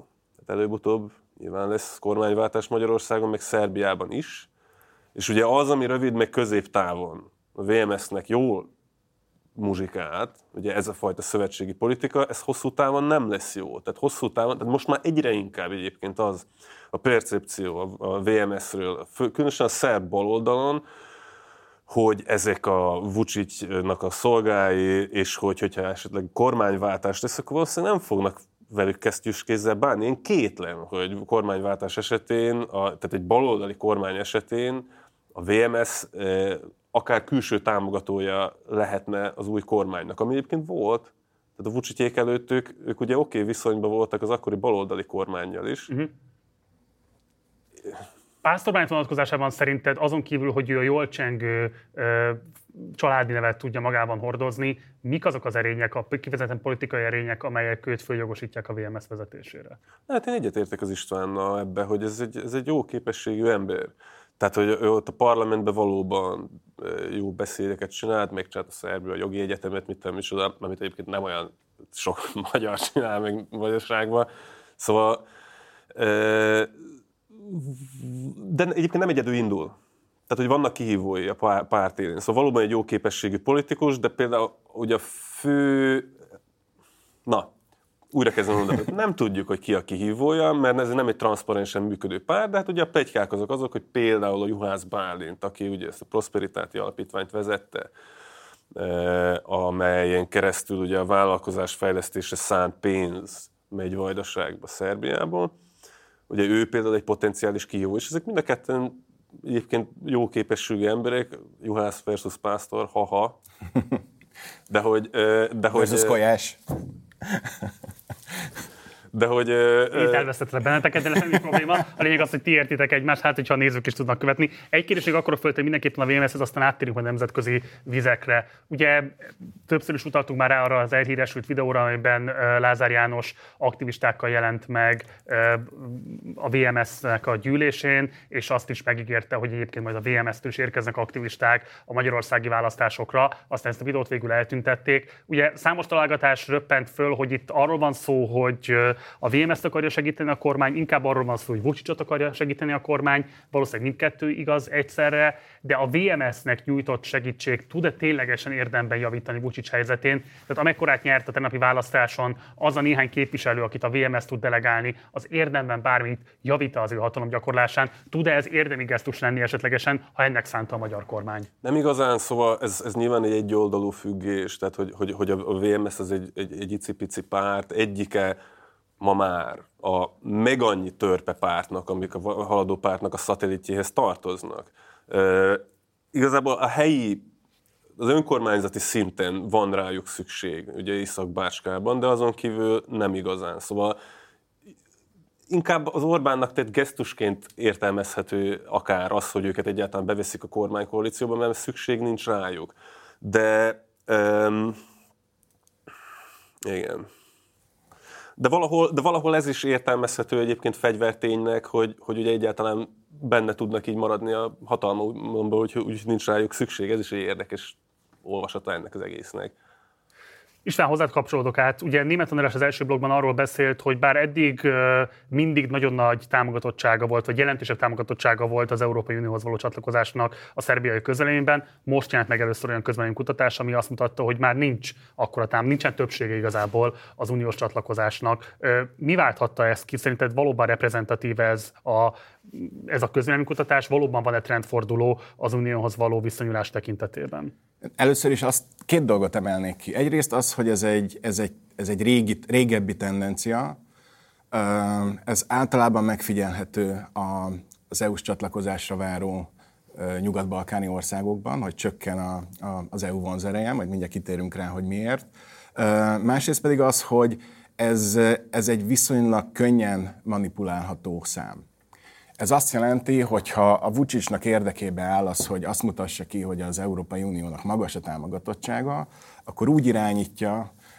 Tehát előbb-utóbb nyilván lesz kormányváltás Magyarországon, meg Szerbiában is. És ugye az, ami rövid, meg középtávon a vé em es-nek jól muzsikált, ugye ez a fajta szövetségi politika, ez hosszú távon nem lesz jó. Tehát hosszú távon, tehát most már egyre inkább egyébként az a percepció a vé em es-ről, különösen a szerb baloldalon, hogy ezek a Vučićnak a szolgái, és hogy, hogyha esetleg kormányváltás lesz, akkor valószínűleg nem fognak velük kesztyűs kézzel bánni. Én kétlem, hogy kormányváltás esetén, a, tehát egy baloldali kormány esetén a vé em es eh, akár külső támogatója lehetne az új kormánynak, ami egyébként volt. Tehát a Vučićék előtt ők, ők ugye oké okay, viszonyban voltak az akkori baloldali kormánnyal is. Uh-huh. Pásztor vonatkozásában szerinted azon kívül, hogy ő a jól csengő ö, családi nevet tudja magában hordozni, mik azok az erények, a kifejezetten politikai erények, amelyek őt följogosítják a vé em es vezetésére? Hát én egyetértek az Istvánnal ebbe, hogy ez egy, ez egy jó képességű ember. Tehát, hogy ő ott a parlamentben valóban jó beszédeket csinált, megcsinált a Szerbia a jogi egyetemet, mit tudom, micsoda, amit egyébként nem olyan sok magyar csinál meg magyarságban. Szóval, de egyébként nem egyedül indul. Tehát, hogy vannak kihívói a párt élén. Szóval valóban egy jó képességű politikus, de például ugye a fő... Na, újra kezdem mondani, nem tudjuk, hogy ki a kihívója, mert ez nem egy transzparensen működő párt, de hát ugye a pletykák azok azok, hogy például a Juhász Bálint, aki ugye ezt a Prosperitáti Alapítványt vezette, amelyen keresztül ugye a vállalkozás fejlesztésre szánt pénz megy Vajdaságba, Szerbiából. Ugye ő például egy potenciális kihívó, és ezek mind a ketten egyébként jó képességű emberek, Juhász versus Pásztor, haha. De hogy... De hogy versus Kolyás. De hogy... Itt elvesztettek benneteket, de semmi probléma. A lényeg az, hogy ti értitek egymást, hát hogyha a nézők is tudnak követni. Egy kérdés még akkor fölött, hogy mindenképpen a vé em es-hez, aztán áttérünk a nemzetközi vizekre. Ugye többször is utaltunk már rá arra az elhíresült videóra, amiben Lázár János aktivistákkal jelent meg a vé em es-nek a gyűlésén, és azt is megígérte, hogy egyébként majd a vé em es-től is érkeznek aktivisták a magyarországi választásokra. Aztán ezt a videót végül eltüntették. Ugye számos találgatás röppent föl, hogy itt arról van szó, hogy a vé em es-t akarja segíteni a kormány, inkább arról van szó, hogy Vučićot akarja segíteni a kormány, valószínűleg mindkettő igaz egyszerre, de a vé em es-nek nyújtott segítség tud-e ténylegesen érdemben javítani Vučić helyzetén? Tehát amekkorát nyert a tegnapi választáson az a néhány képviselő, akit a vé em es tud delegálni, az érdemben bármit javít az ő hatalomgyakorlásán, tud-e ez érdemi gesztus lenni esetlegesen, ha ennek szánta a magyar kormány? Nem igazán, szóval ez, ez nyilván egy egyoldalú függés, tehát hogy, hogy, hogy a vé em es az egy, egy, egy icipici párt, egyike ma már a meg annyi törpe pártnak, amik a haladó pártnak a szatellitjéhez tartoznak. E, igazából a helyi, az önkormányzati szinten van rájuk szükség, ugye Észak-Bácskában, de azon kívül nem igazán. Szóval inkább az Orbánnak tett gesztusként értelmezhető akár az, hogy őket egyáltalán beveszik a kormánykoalícióba, mert szükség nincs rájuk. De um, igen. De valahol, de valahol ez is értelmezhető egyébként fegyverténynek, hogy, hogy ugye egyáltalán benne tudnak így maradni a hatalmukban, hogy úgy nincs rájuk szükség. Ez is egy érdekes olvasata ennek az egésznek. István, hozzád kapcsolódok át. Ugye Németh András az első blogban arról beszélt, hogy bár eddig uh, mindig nagyon nagy támogatottsága volt, vagy jelentősebb támogatottsága volt az Európai Unióhoz való csatlakozásnak a szerbiai közvéleményben, most jelent meg először olyan közvéleménykutatás, ami azt mutatta, hogy már nincs akkora tám, nincsen többsége igazából az uniós csatlakozásnak. Uh, mi válthatta ezt ki? Szerinted valóban reprezentatív ez a, ez a közvéleménykutatás? Valóban van-e trendforduló az unióhoz való viszonyulás tekintetében? Először is azt két dolgot emelnék ki. Egyrészt az, hogy ez egy, ez egy, ez egy régi, régebbi tendencia. Ez általában megfigyelhető az é u-s csatlakozásra váró nyugat-balkáni országokban, hogy csökken a, a, az é u vonzereje, majd mindjárt kitérünk rá, hogy miért. Másrészt pedig az, hogy ez, ez egy viszonylag könnyen manipulálható szám. Ez azt jelenti, hogy ha a Vučićnak érdekébe áll az, hogy azt mutassa ki, hogy az Európai Uniónak magas a támogatottsága, akkor úgy irányítja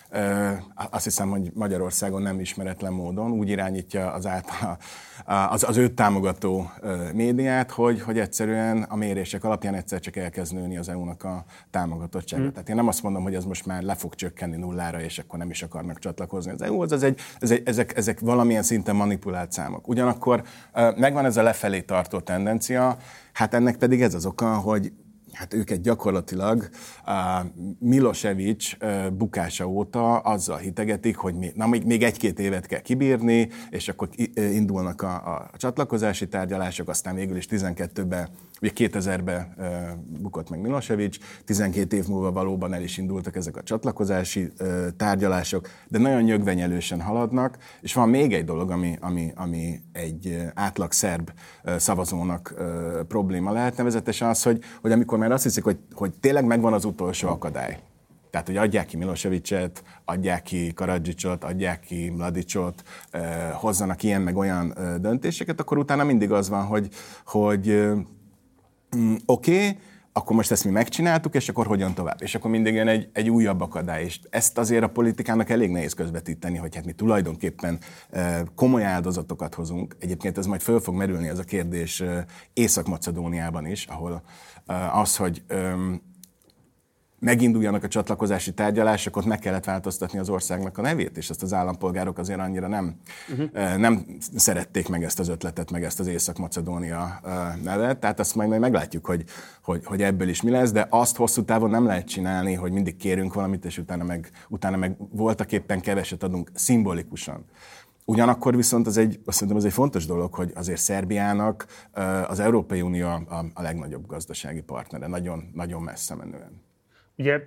azt hiszem, hogy Magyarországon nem ismeretlen módon úgy irányítja az, által, az, az őt támogató médiát, hogy, hogy egyszerűen a mérések alapján egyszer csak elkezd nőni az é u-nak a támogatottsága. Mm. Tehát én nem azt mondom, hogy ez most már le fog csökkenni nullára, és akkor nem is akarnak csatlakozni az é u-hoz, ez egy, ez egy, ezek, ezek valamilyen szinten manipulált számok. Ugyanakkor megvan ez a lefelé tartó tendencia, hát ennek pedig ez az oka, hogy hát őket gyakorlatilag uh, Milosevic uh, bukása óta azzal hitegetik, hogy mi, na, még, még egy-két évet kell kibírni, és akkor indulnak a, a csatlakozási tárgyalások, aztán végül is tizenkettőben, ugye kétezerben uh, bukott meg Milosevic, tizenkét év múlva valóban el is indultak ezek a csatlakozási uh, tárgyalások, de nagyon nyögvenyelősen haladnak, és van még egy dolog, ami, ami, ami egy uh, átlag szerb uh, szavazónak uh, probléma lehet, nevezetesen az, hogy, hogy amikor mert azt hiszik, hogy, hogy tényleg megvan az utolsó akadály. Tehát, hogy adják ki Milosevicet, adják ki Karadzsicsot, adják ki Mladicsot, eh, hozzanak ilyen meg olyan eh, döntéseket, akkor utána mindig az van, hogy, hogy eh, mm, oké, okay, akkor most ezt mi megcsináltuk, és akkor hogyan tovább? És akkor mindig jön egy, egy újabb akadály. És ezt azért a politikának elég nehéz közvetíteni, hogy hát mi tulajdonképpen eh, komoly áldozatokat hozunk. Egyébként ez majd föl fog merülni ez a kérdés eh, Észak-Macedóniában is, ahol eh, az, hogy eh, meginduljanak a csatlakozási tárgyalások, ott meg kellett változtatni az országnak a nevét, és ezt az állampolgárok azért annyira nem, uh-huh. nem szerették meg ezt az ötletet, meg ezt az Észak-Macedónia nevet, tehát azt majd, majd meglátjuk, hogy, hogy, hogy ebből is mi lesz, de azt hosszú távon nem lehet csinálni, hogy mindig kérünk valamit, és utána meg, utána meg voltaképpen keveset adunk szimbolikusan. Ugyanakkor viszont az egy, azt szerintem az egy fontos dolog, hogy azért Szerbiának az Európai Unió a, a legnagyobb gazdasági partnere, nagyon, nagyon messze menően. Ugye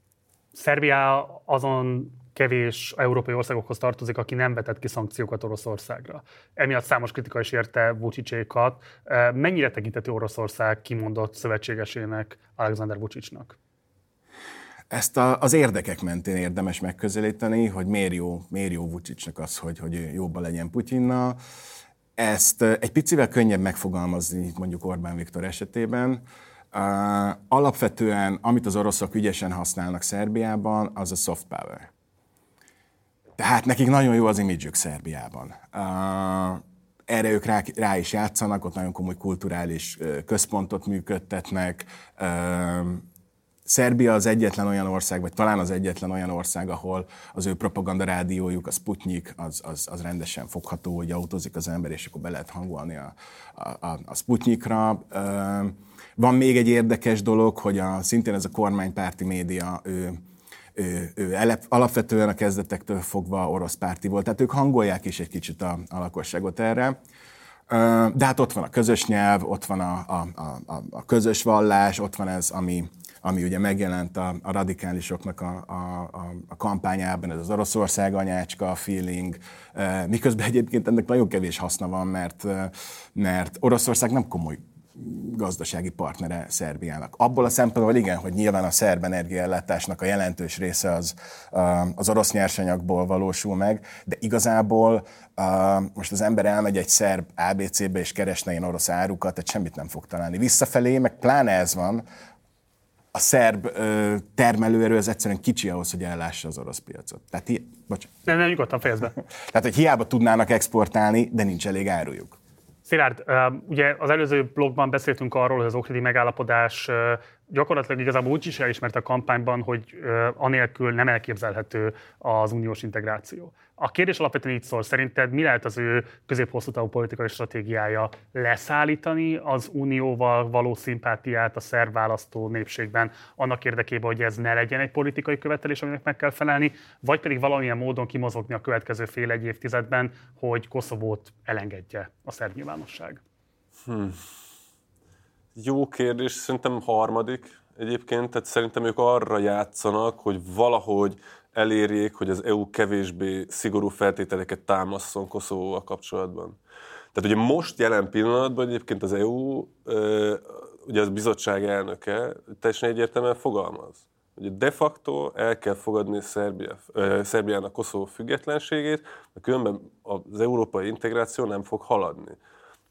Szerbia azon kevés európai országokhoz tartozik, aki nem vetett ki szankciókat Oroszországra. Emiatt számos kritika is érte Vučićékat. Mennyire tekinthető Oroszország kimondott szövetségesének Alexander Vučićnak? Ezt a, az érdekek mentén érdemes megközelíteni, hogy miért jó, miért jó Vučićnak az, hogy, hogy jobban legyen Putyinnal. Ezt egy picivel könnyebb megfogalmazni mondjuk Orbán Viktor esetében. Uh, alapvetően, amit az oroszok ügyesen használnak Szerbiában, az a soft power. Tehát nekik nagyon jó az imidzsük Szerbiában. Uh, erre ők rá, rá is játszanak, ott nagyon komoly kulturális uh, központot működtetnek. Uh, Szerbia az egyetlen olyan ország, vagy talán az egyetlen olyan ország, ahol az ő propaganda rádiójuk, a Sputnik, az, az, az rendesen fogható, hogy autózik az ember, és akkor be lehet hangolni a, a, a Sputnikra. Uh, Van még egy érdekes dolog, hogy a, szintén ez a kormánypárti média, ő, ő, ő elep, alapvetően a kezdetektől fogva orosz párti volt, tehát ők hangolják is egy kicsit a, a lakosságot erre. De hát ott van a közös nyelv, ott van a, a, a, a közös vallás, ott van ez, ami, ami ugye megjelent a, a radikálisoknak a, a, a kampányában, ez az Oroszország anyácska, a feeling, miközben egyébként ennek nagyon kevés haszna van, mert, mert Oroszország nem komoly gazdasági partnere Szerbiának. Abból a szempontból igen, hogy nyilván a szerb energiaellátásnak a jelentős része az, az orosz nyersanyagból valósul meg, de igazából most az ember elmegy egy szerb á bé cé-be és keresne ilyen orosz árukat, tehát semmit nem fog találni. Visszafelé, meg pláne ez van, a szerb termelőerő az egyszerűen kicsi ahhoz, hogy ellássa az orosz piacot. Tehát hi- bocsánat. Nem, nem, nyugodtan fejezd be. Tehát, hogy hiába tudnának exportálni, de nincs elég árujuk. Szilárd, ugye az előző blogban beszéltünk arról, hogy az ohridi megállapodás gyakorlatilag igazából úgy is elismerte a kampányban, hogy anélkül nem elképzelhető az uniós integráció. A kérdés alapvetően így szól, szerinted mi lehet az ő közép-hosszú távú politikai stratégiája? Leszállítani az unióval való szimpátiát a szerb választó népségben annak érdekében, hogy ez ne legyen egy politikai követelés, aminek meg kell felelni, vagy pedig valamilyen módon kimozogni a következő fél-egy évtizedben, hogy Koszovót elengedje a szerb nyilvánosság? Hmm. Jó kérdés, szerintem harmadik egyébként, tehát szerintem ők arra játszanak, hogy valahogy elérjék, hogy az é u kevésbé szigorú feltételeket támaszson Koszovóval kapcsolatban. Tehát ugye most jelen pillanatban egyébként az é u, ugye az bizottság elnöke teljesen egyértelműen fogalmaz, hogy de facto el kell fogadni Szerbia, Szerbiának Koszovó függetlenségét, mert különben az európai integráció nem fog haladni.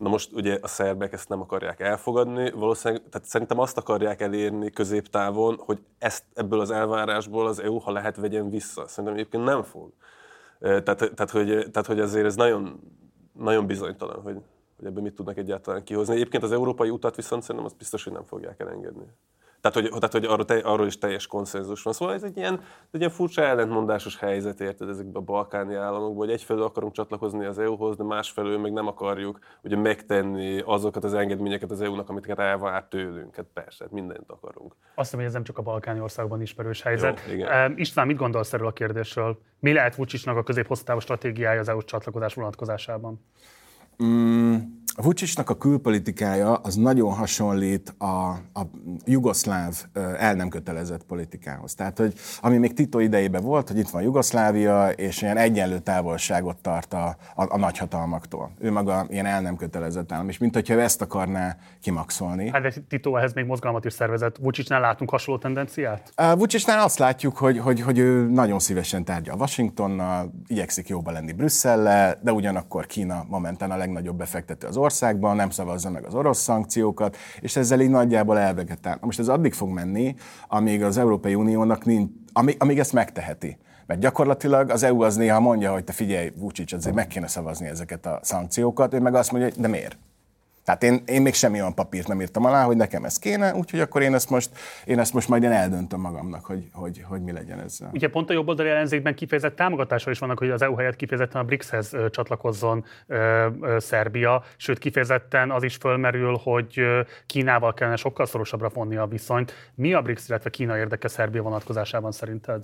Na most ugye a szerbek ezt nem akarják elfogadni, valószínűleg, tehát szerintem azt akarják elérni középtávon, hogy ezt ebből az elvárásból az é u, ha lehet, vegyen vissza. Szerintem egyébként nem fog. Tehát, tehát, hogy, tehát hogy azért ez nagyon, nagyon bizonytalan, hogy, hogy ebből mit tudnak egyáltalán kihozni. Egyébként az európai utat viszont szerintem azt biztos, hogy nem fogják elengedni. Tehát, hogy, tehát, hogy arról, te, arról is teljes konszenzus van. Szóval ez egy ilyen, egy ilyen furcsa ellentmondásos helyzet, érted, ezekben a balkáni államokban, hogy egyfelől akarunk csatlakozni az é u-hoz, de másfelől meg nem akarjuk ugye megtenni azokat az engedményeket az é u-nak, amiket elvár tőlünk. Hát persze, hát mindent akarunk. Azt hiszem, hogy ez nem csak a balkáni országban ismerős helyzet. Jó, igen. István, mit gondolsz erről a kérdésről? Mi lehet Vučićnak a közép-hosszú távú stratégiája az é u-s csatlakozás vonatkozásában? Mm, a Vučićnak a külpolitikája az nagyon hasonlít a, a jugoszláv el nem kötelezett politikához. Tehát, hogy ami még Tito idejében volt, hogy itt van Jugoszlávia, és ilyen egyenlő távolságot tart a, a, a nagyhatalmaktól. Ő maga ilyen el nem kötelezett állam, és mint hogyha ő ezt akarná kimaxolni. Hát de Tito ehhez még mozgalmat is szervezett. Vučićnál látunk hasonló tendenciát? A Vučićnál azt látjuk, hogy, hogy, hogy ő nagyon szívesen tárgyal Washingtonnal, igyekszik jóba lenni Brüsszellel, de ugyanakkor Kína momentán a legnagyobb befektető az országban, nem szavazza meg az orosz szankciókat, és ezzel így nagyjából elvegetál. Most ez addig fog menni, amíg az Európai Uniónak nincs, amíg, amíg ezt megteheti. Mert gyakorlatilag az é u az néha mondja, hogy te figyelj, Vučić, azért meg kéne szavazni ezeket a szankciókat, ő meg azt mondja, hogy de miért? Tehát én, én még semmi olyan papírt nem írtam alá, hogy nekem ez kéne, úgyhogy akkor én ezt most, én ezt most majd én eldöntöm magamnak, hogy, hogy, hogy mi legyen ezzel. Ugye pont a jobboldali ellenzékben kifejezett támogatása is vannak, hogy az é u helyett kifejezetten a BRICS-hez csatlakozzon ö, ö, Szerbia, sőt kifejezetten az is fölmerül, hogy Kínával kellene sokkal szorosabbra fonni a viszonyt. Mi a BRICS, illetve Kína érdeke Szerbia vonatkozásában szerinted?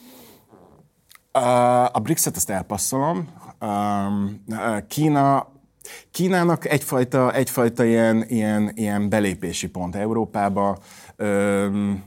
A BRICS-et azt elpasszolom. Kína Kínának egyfajta, egyfajta ilyen, ilyen, ilyen belépési pont Európába. Öm,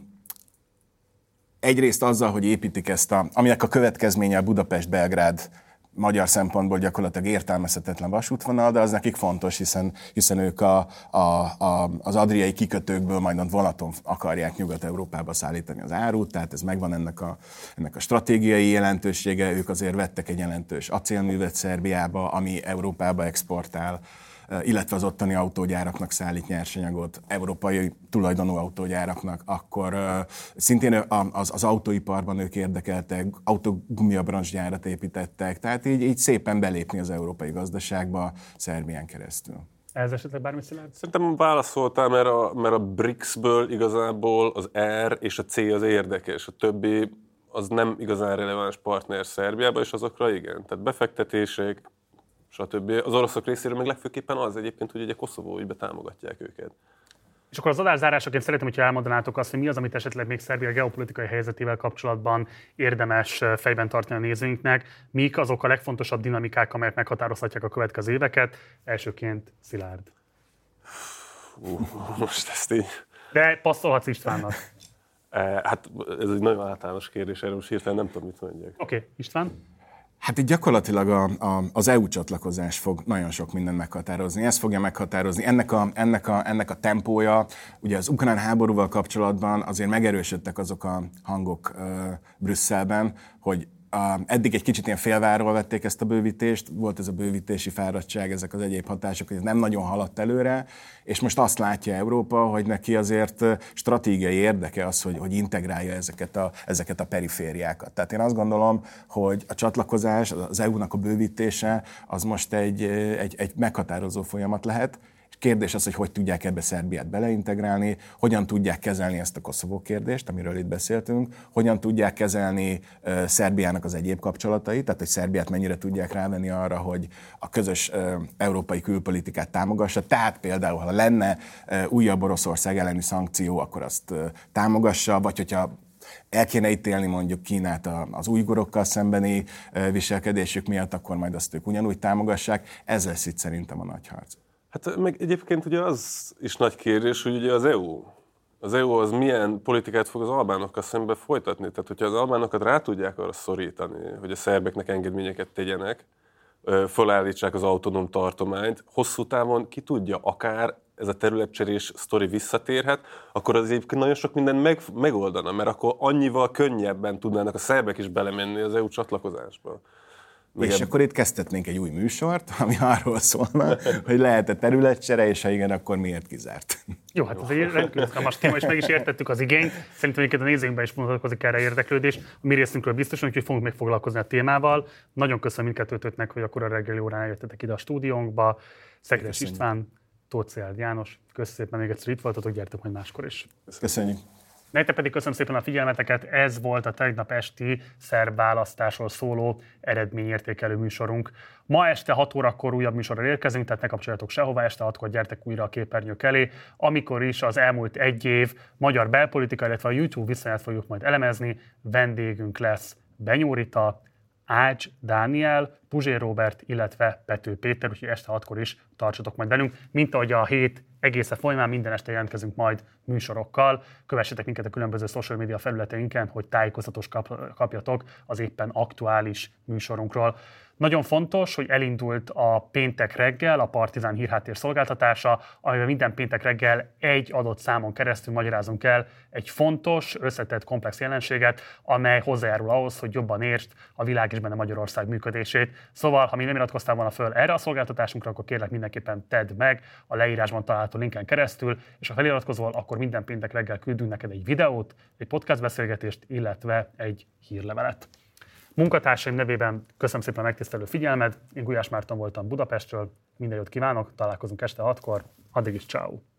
egyrészt azzal, hogy építik ezt a, aminek a következménye a Budapest-Belgrád magyar szempontból gyakorlatilag értelmezhetetlen vasútvonal, de az nekik fontos, hiszen, hiszen ők a, a, a, az adriai kikötőkből majd vonaton akarják Nyugat-Európába szállítani az árut, tehát ez megvan ennek a, ennek a stratégiai jelentősége, ők azért vettek egy jelentős acélművet Szerbiába, ami Európába exportál, illetve az ottani autógyáraknak szállít nyersanyagot, európai tulajdonú autógyáraknak, akkor uh, szintén az, az autóiparban ők érdekeltek, autógumiabroncsgyárat építettek, tehát így, így szépen belépni az európai gazdaságba Szerbián keresztül. Ez esetleg bármi Szilárd? Szerintem válaszoltál, mert a, mert a BRICS-ből igazából az R és a C az érdekes, a többi az nem igazán releváns partner Szerbiában, és azokra igen. Tehát befektetések, stb. Az oroszok részéről meg legfőképpen az egyébként, hogy ugye Koszovó ügybe támogatják őket. És akkor az adás zárásaként szeretném, hogyha elmondanátok azt, hogy mi az, amit esetleg még Szerbia geopolitikai helyzetével kapcsolatban érdemes fejben tartani a nézőinknek. Mik azok a legfontosabb dinamikák, amelyek meghatározhatják a következő éveket? Elsőként Szilárd. Uh, most ezt így... De passzolhatsz Istvánnak. Hát ez egy nagyon általános kérdés, erről most hirtelen nem tudom, mit mondjak. Oké, okay. István? Hát itt gyakorlatilag a, a, az é u csatlakozás fog nagyon sok mindent meghatározni. Ez fogja meghatározni. Ennek a, ennek, a, ennek a tempója, ugye az ukrán háborúval kapcsolatban azért megerősödtek azok a hangok uh, Brüsszelben, hogy Uh, eddig egy kicsit ilyen félvárról vették ezt a bővítést, volt ez a bővítési fáradtság, ezek az egyéb hatások, hogy ez nem nagyon haladt előre, és most azt látja Európa, hogy neki azért stratégiai érdeke az, hogy, hogy integrálja ezeket a, ezeket a perifériákat. Tehát én azt gondolom, hogy a csatlakozás, az é u-nak a bővítése, az most egy, egy, egy meghatározó folyamat lehet. Kérdés az, hogy hogy tudják ebbe Szerbiát beleintegrálni, hogyan tudják kezelni ezt a Koszovó kérdést, amiről itt beszéltünk, hogyan tudják kezelni uh, Szerbiának az egyéb kapcsolatait, tehát hogy Szerbiát mennyire tudják rávenni arra, hogy a közös uh, európai külpolitikát támogassa. Tehát például, ha lenne uh, újabb Oroszország elleni szankció, akkor azt uh, támogassa, vagy hogyha el kéne ítélni mondjuk Kínát az ujgurokkal szembeni uh, viselkedésük miatt, akkor majd azt ők ugyanúgy támogassák. Ez lesz itt szerintem a nagy harc. Hát meg egyébként ugye az is nagy kérdés, hogy ugye az é u, az é u az milyen politikát fog az albánokkal szemben folytatni. Tehát, hogyha az albánokat rá tudják arra szorítani, hogy a szerbeknek engedményeket tegyenek, fölállítsák az autonóm tartományt, hosszú távon ki tudja, akár ez a területcserés sztori visszatérhet, akkor az egyébként nagyon sok mindent meg, megoldana, mert akkor annyival könnyebben tudnának a szerbek is belemenni az é u csatlakozásba. És igen. Akkor itt kezdhetnénk egy új műsort, ami arról szólna, hogy lehet-e területcsere, és ha igen, akkor miért kizárt. Jó, hát ez egy rendkívül izgalmas téma, és meg is értettük az igényt. Szerintem egyébként a nézőinkben is mutatkozik erre érdeklődés. A mi részünkről biztosan, úgyhogy fogunk még foglalkozni a témával. Nagyon köszönöm mindkettőtöknek, hogy akkor a reggeli órán jöttetek ide a stúdiónkba. Szegres István, Tóth Szilárd János, köszönöm szépen, még egyszer itt voltatok, gyertek majd máskor is. Köszönjük. Nektek pedig köszönöm szépen a figyelmeteket, ez volt a tegnap esti szerb választásról szóló eredményértékelő műsorunk. Ma este hat órakor újabb műsorral érkezünk, tehát ne kapcsoljatok sehova, este hatkor gyertek újra a képernyők elé, amikor is az elmúlt egy év magyar belpolitika, illetve a YouTube viszonyát fogjuk majd elemezni. Vendégünk lesz Benyó Rita, Ács Dániel, Puzsér Róbert, illetve Pető Péter, úgyhogy este hatkor is tartsatok majd velünk. Mint ahogy a hét egészen folyamán minden este jelentkezünk majd műsorokkal. Kövessetek minket a különböző social media felületeinken, hogy tájékoztatást kap, kapjatok az éppen aktuális műsorunkról. Nagyon fontos, hogy elindult a péntek reggel a Partizán hírháttér szolgáltatása, amiben minden péntek reggel egy adott számon keresztül magyarázunk el egy fontos, összetett, komplex jelenséget, amely hozzájárul ahhoz, hogy jobban értsd a világ és benne Magyarország működését. Szóval, ha még nem iratkoztál volna föl erre a szolgáltatásunkra, akkor kérlek mindenképpen tedd meg a leírásban található linken keresztül, és ha feliratkozol, akkor minden péntek reggel küldünk neked egy videót, egy podcast beszélgetést, illetve egy hírlevelet. Munkatársaim nevében köszönöm szépen a megtisztelő figyelmed, én Gulyás Márton voltam Budapestről, minden jót kívánok, találkozunk este hatkor, addig is ciao.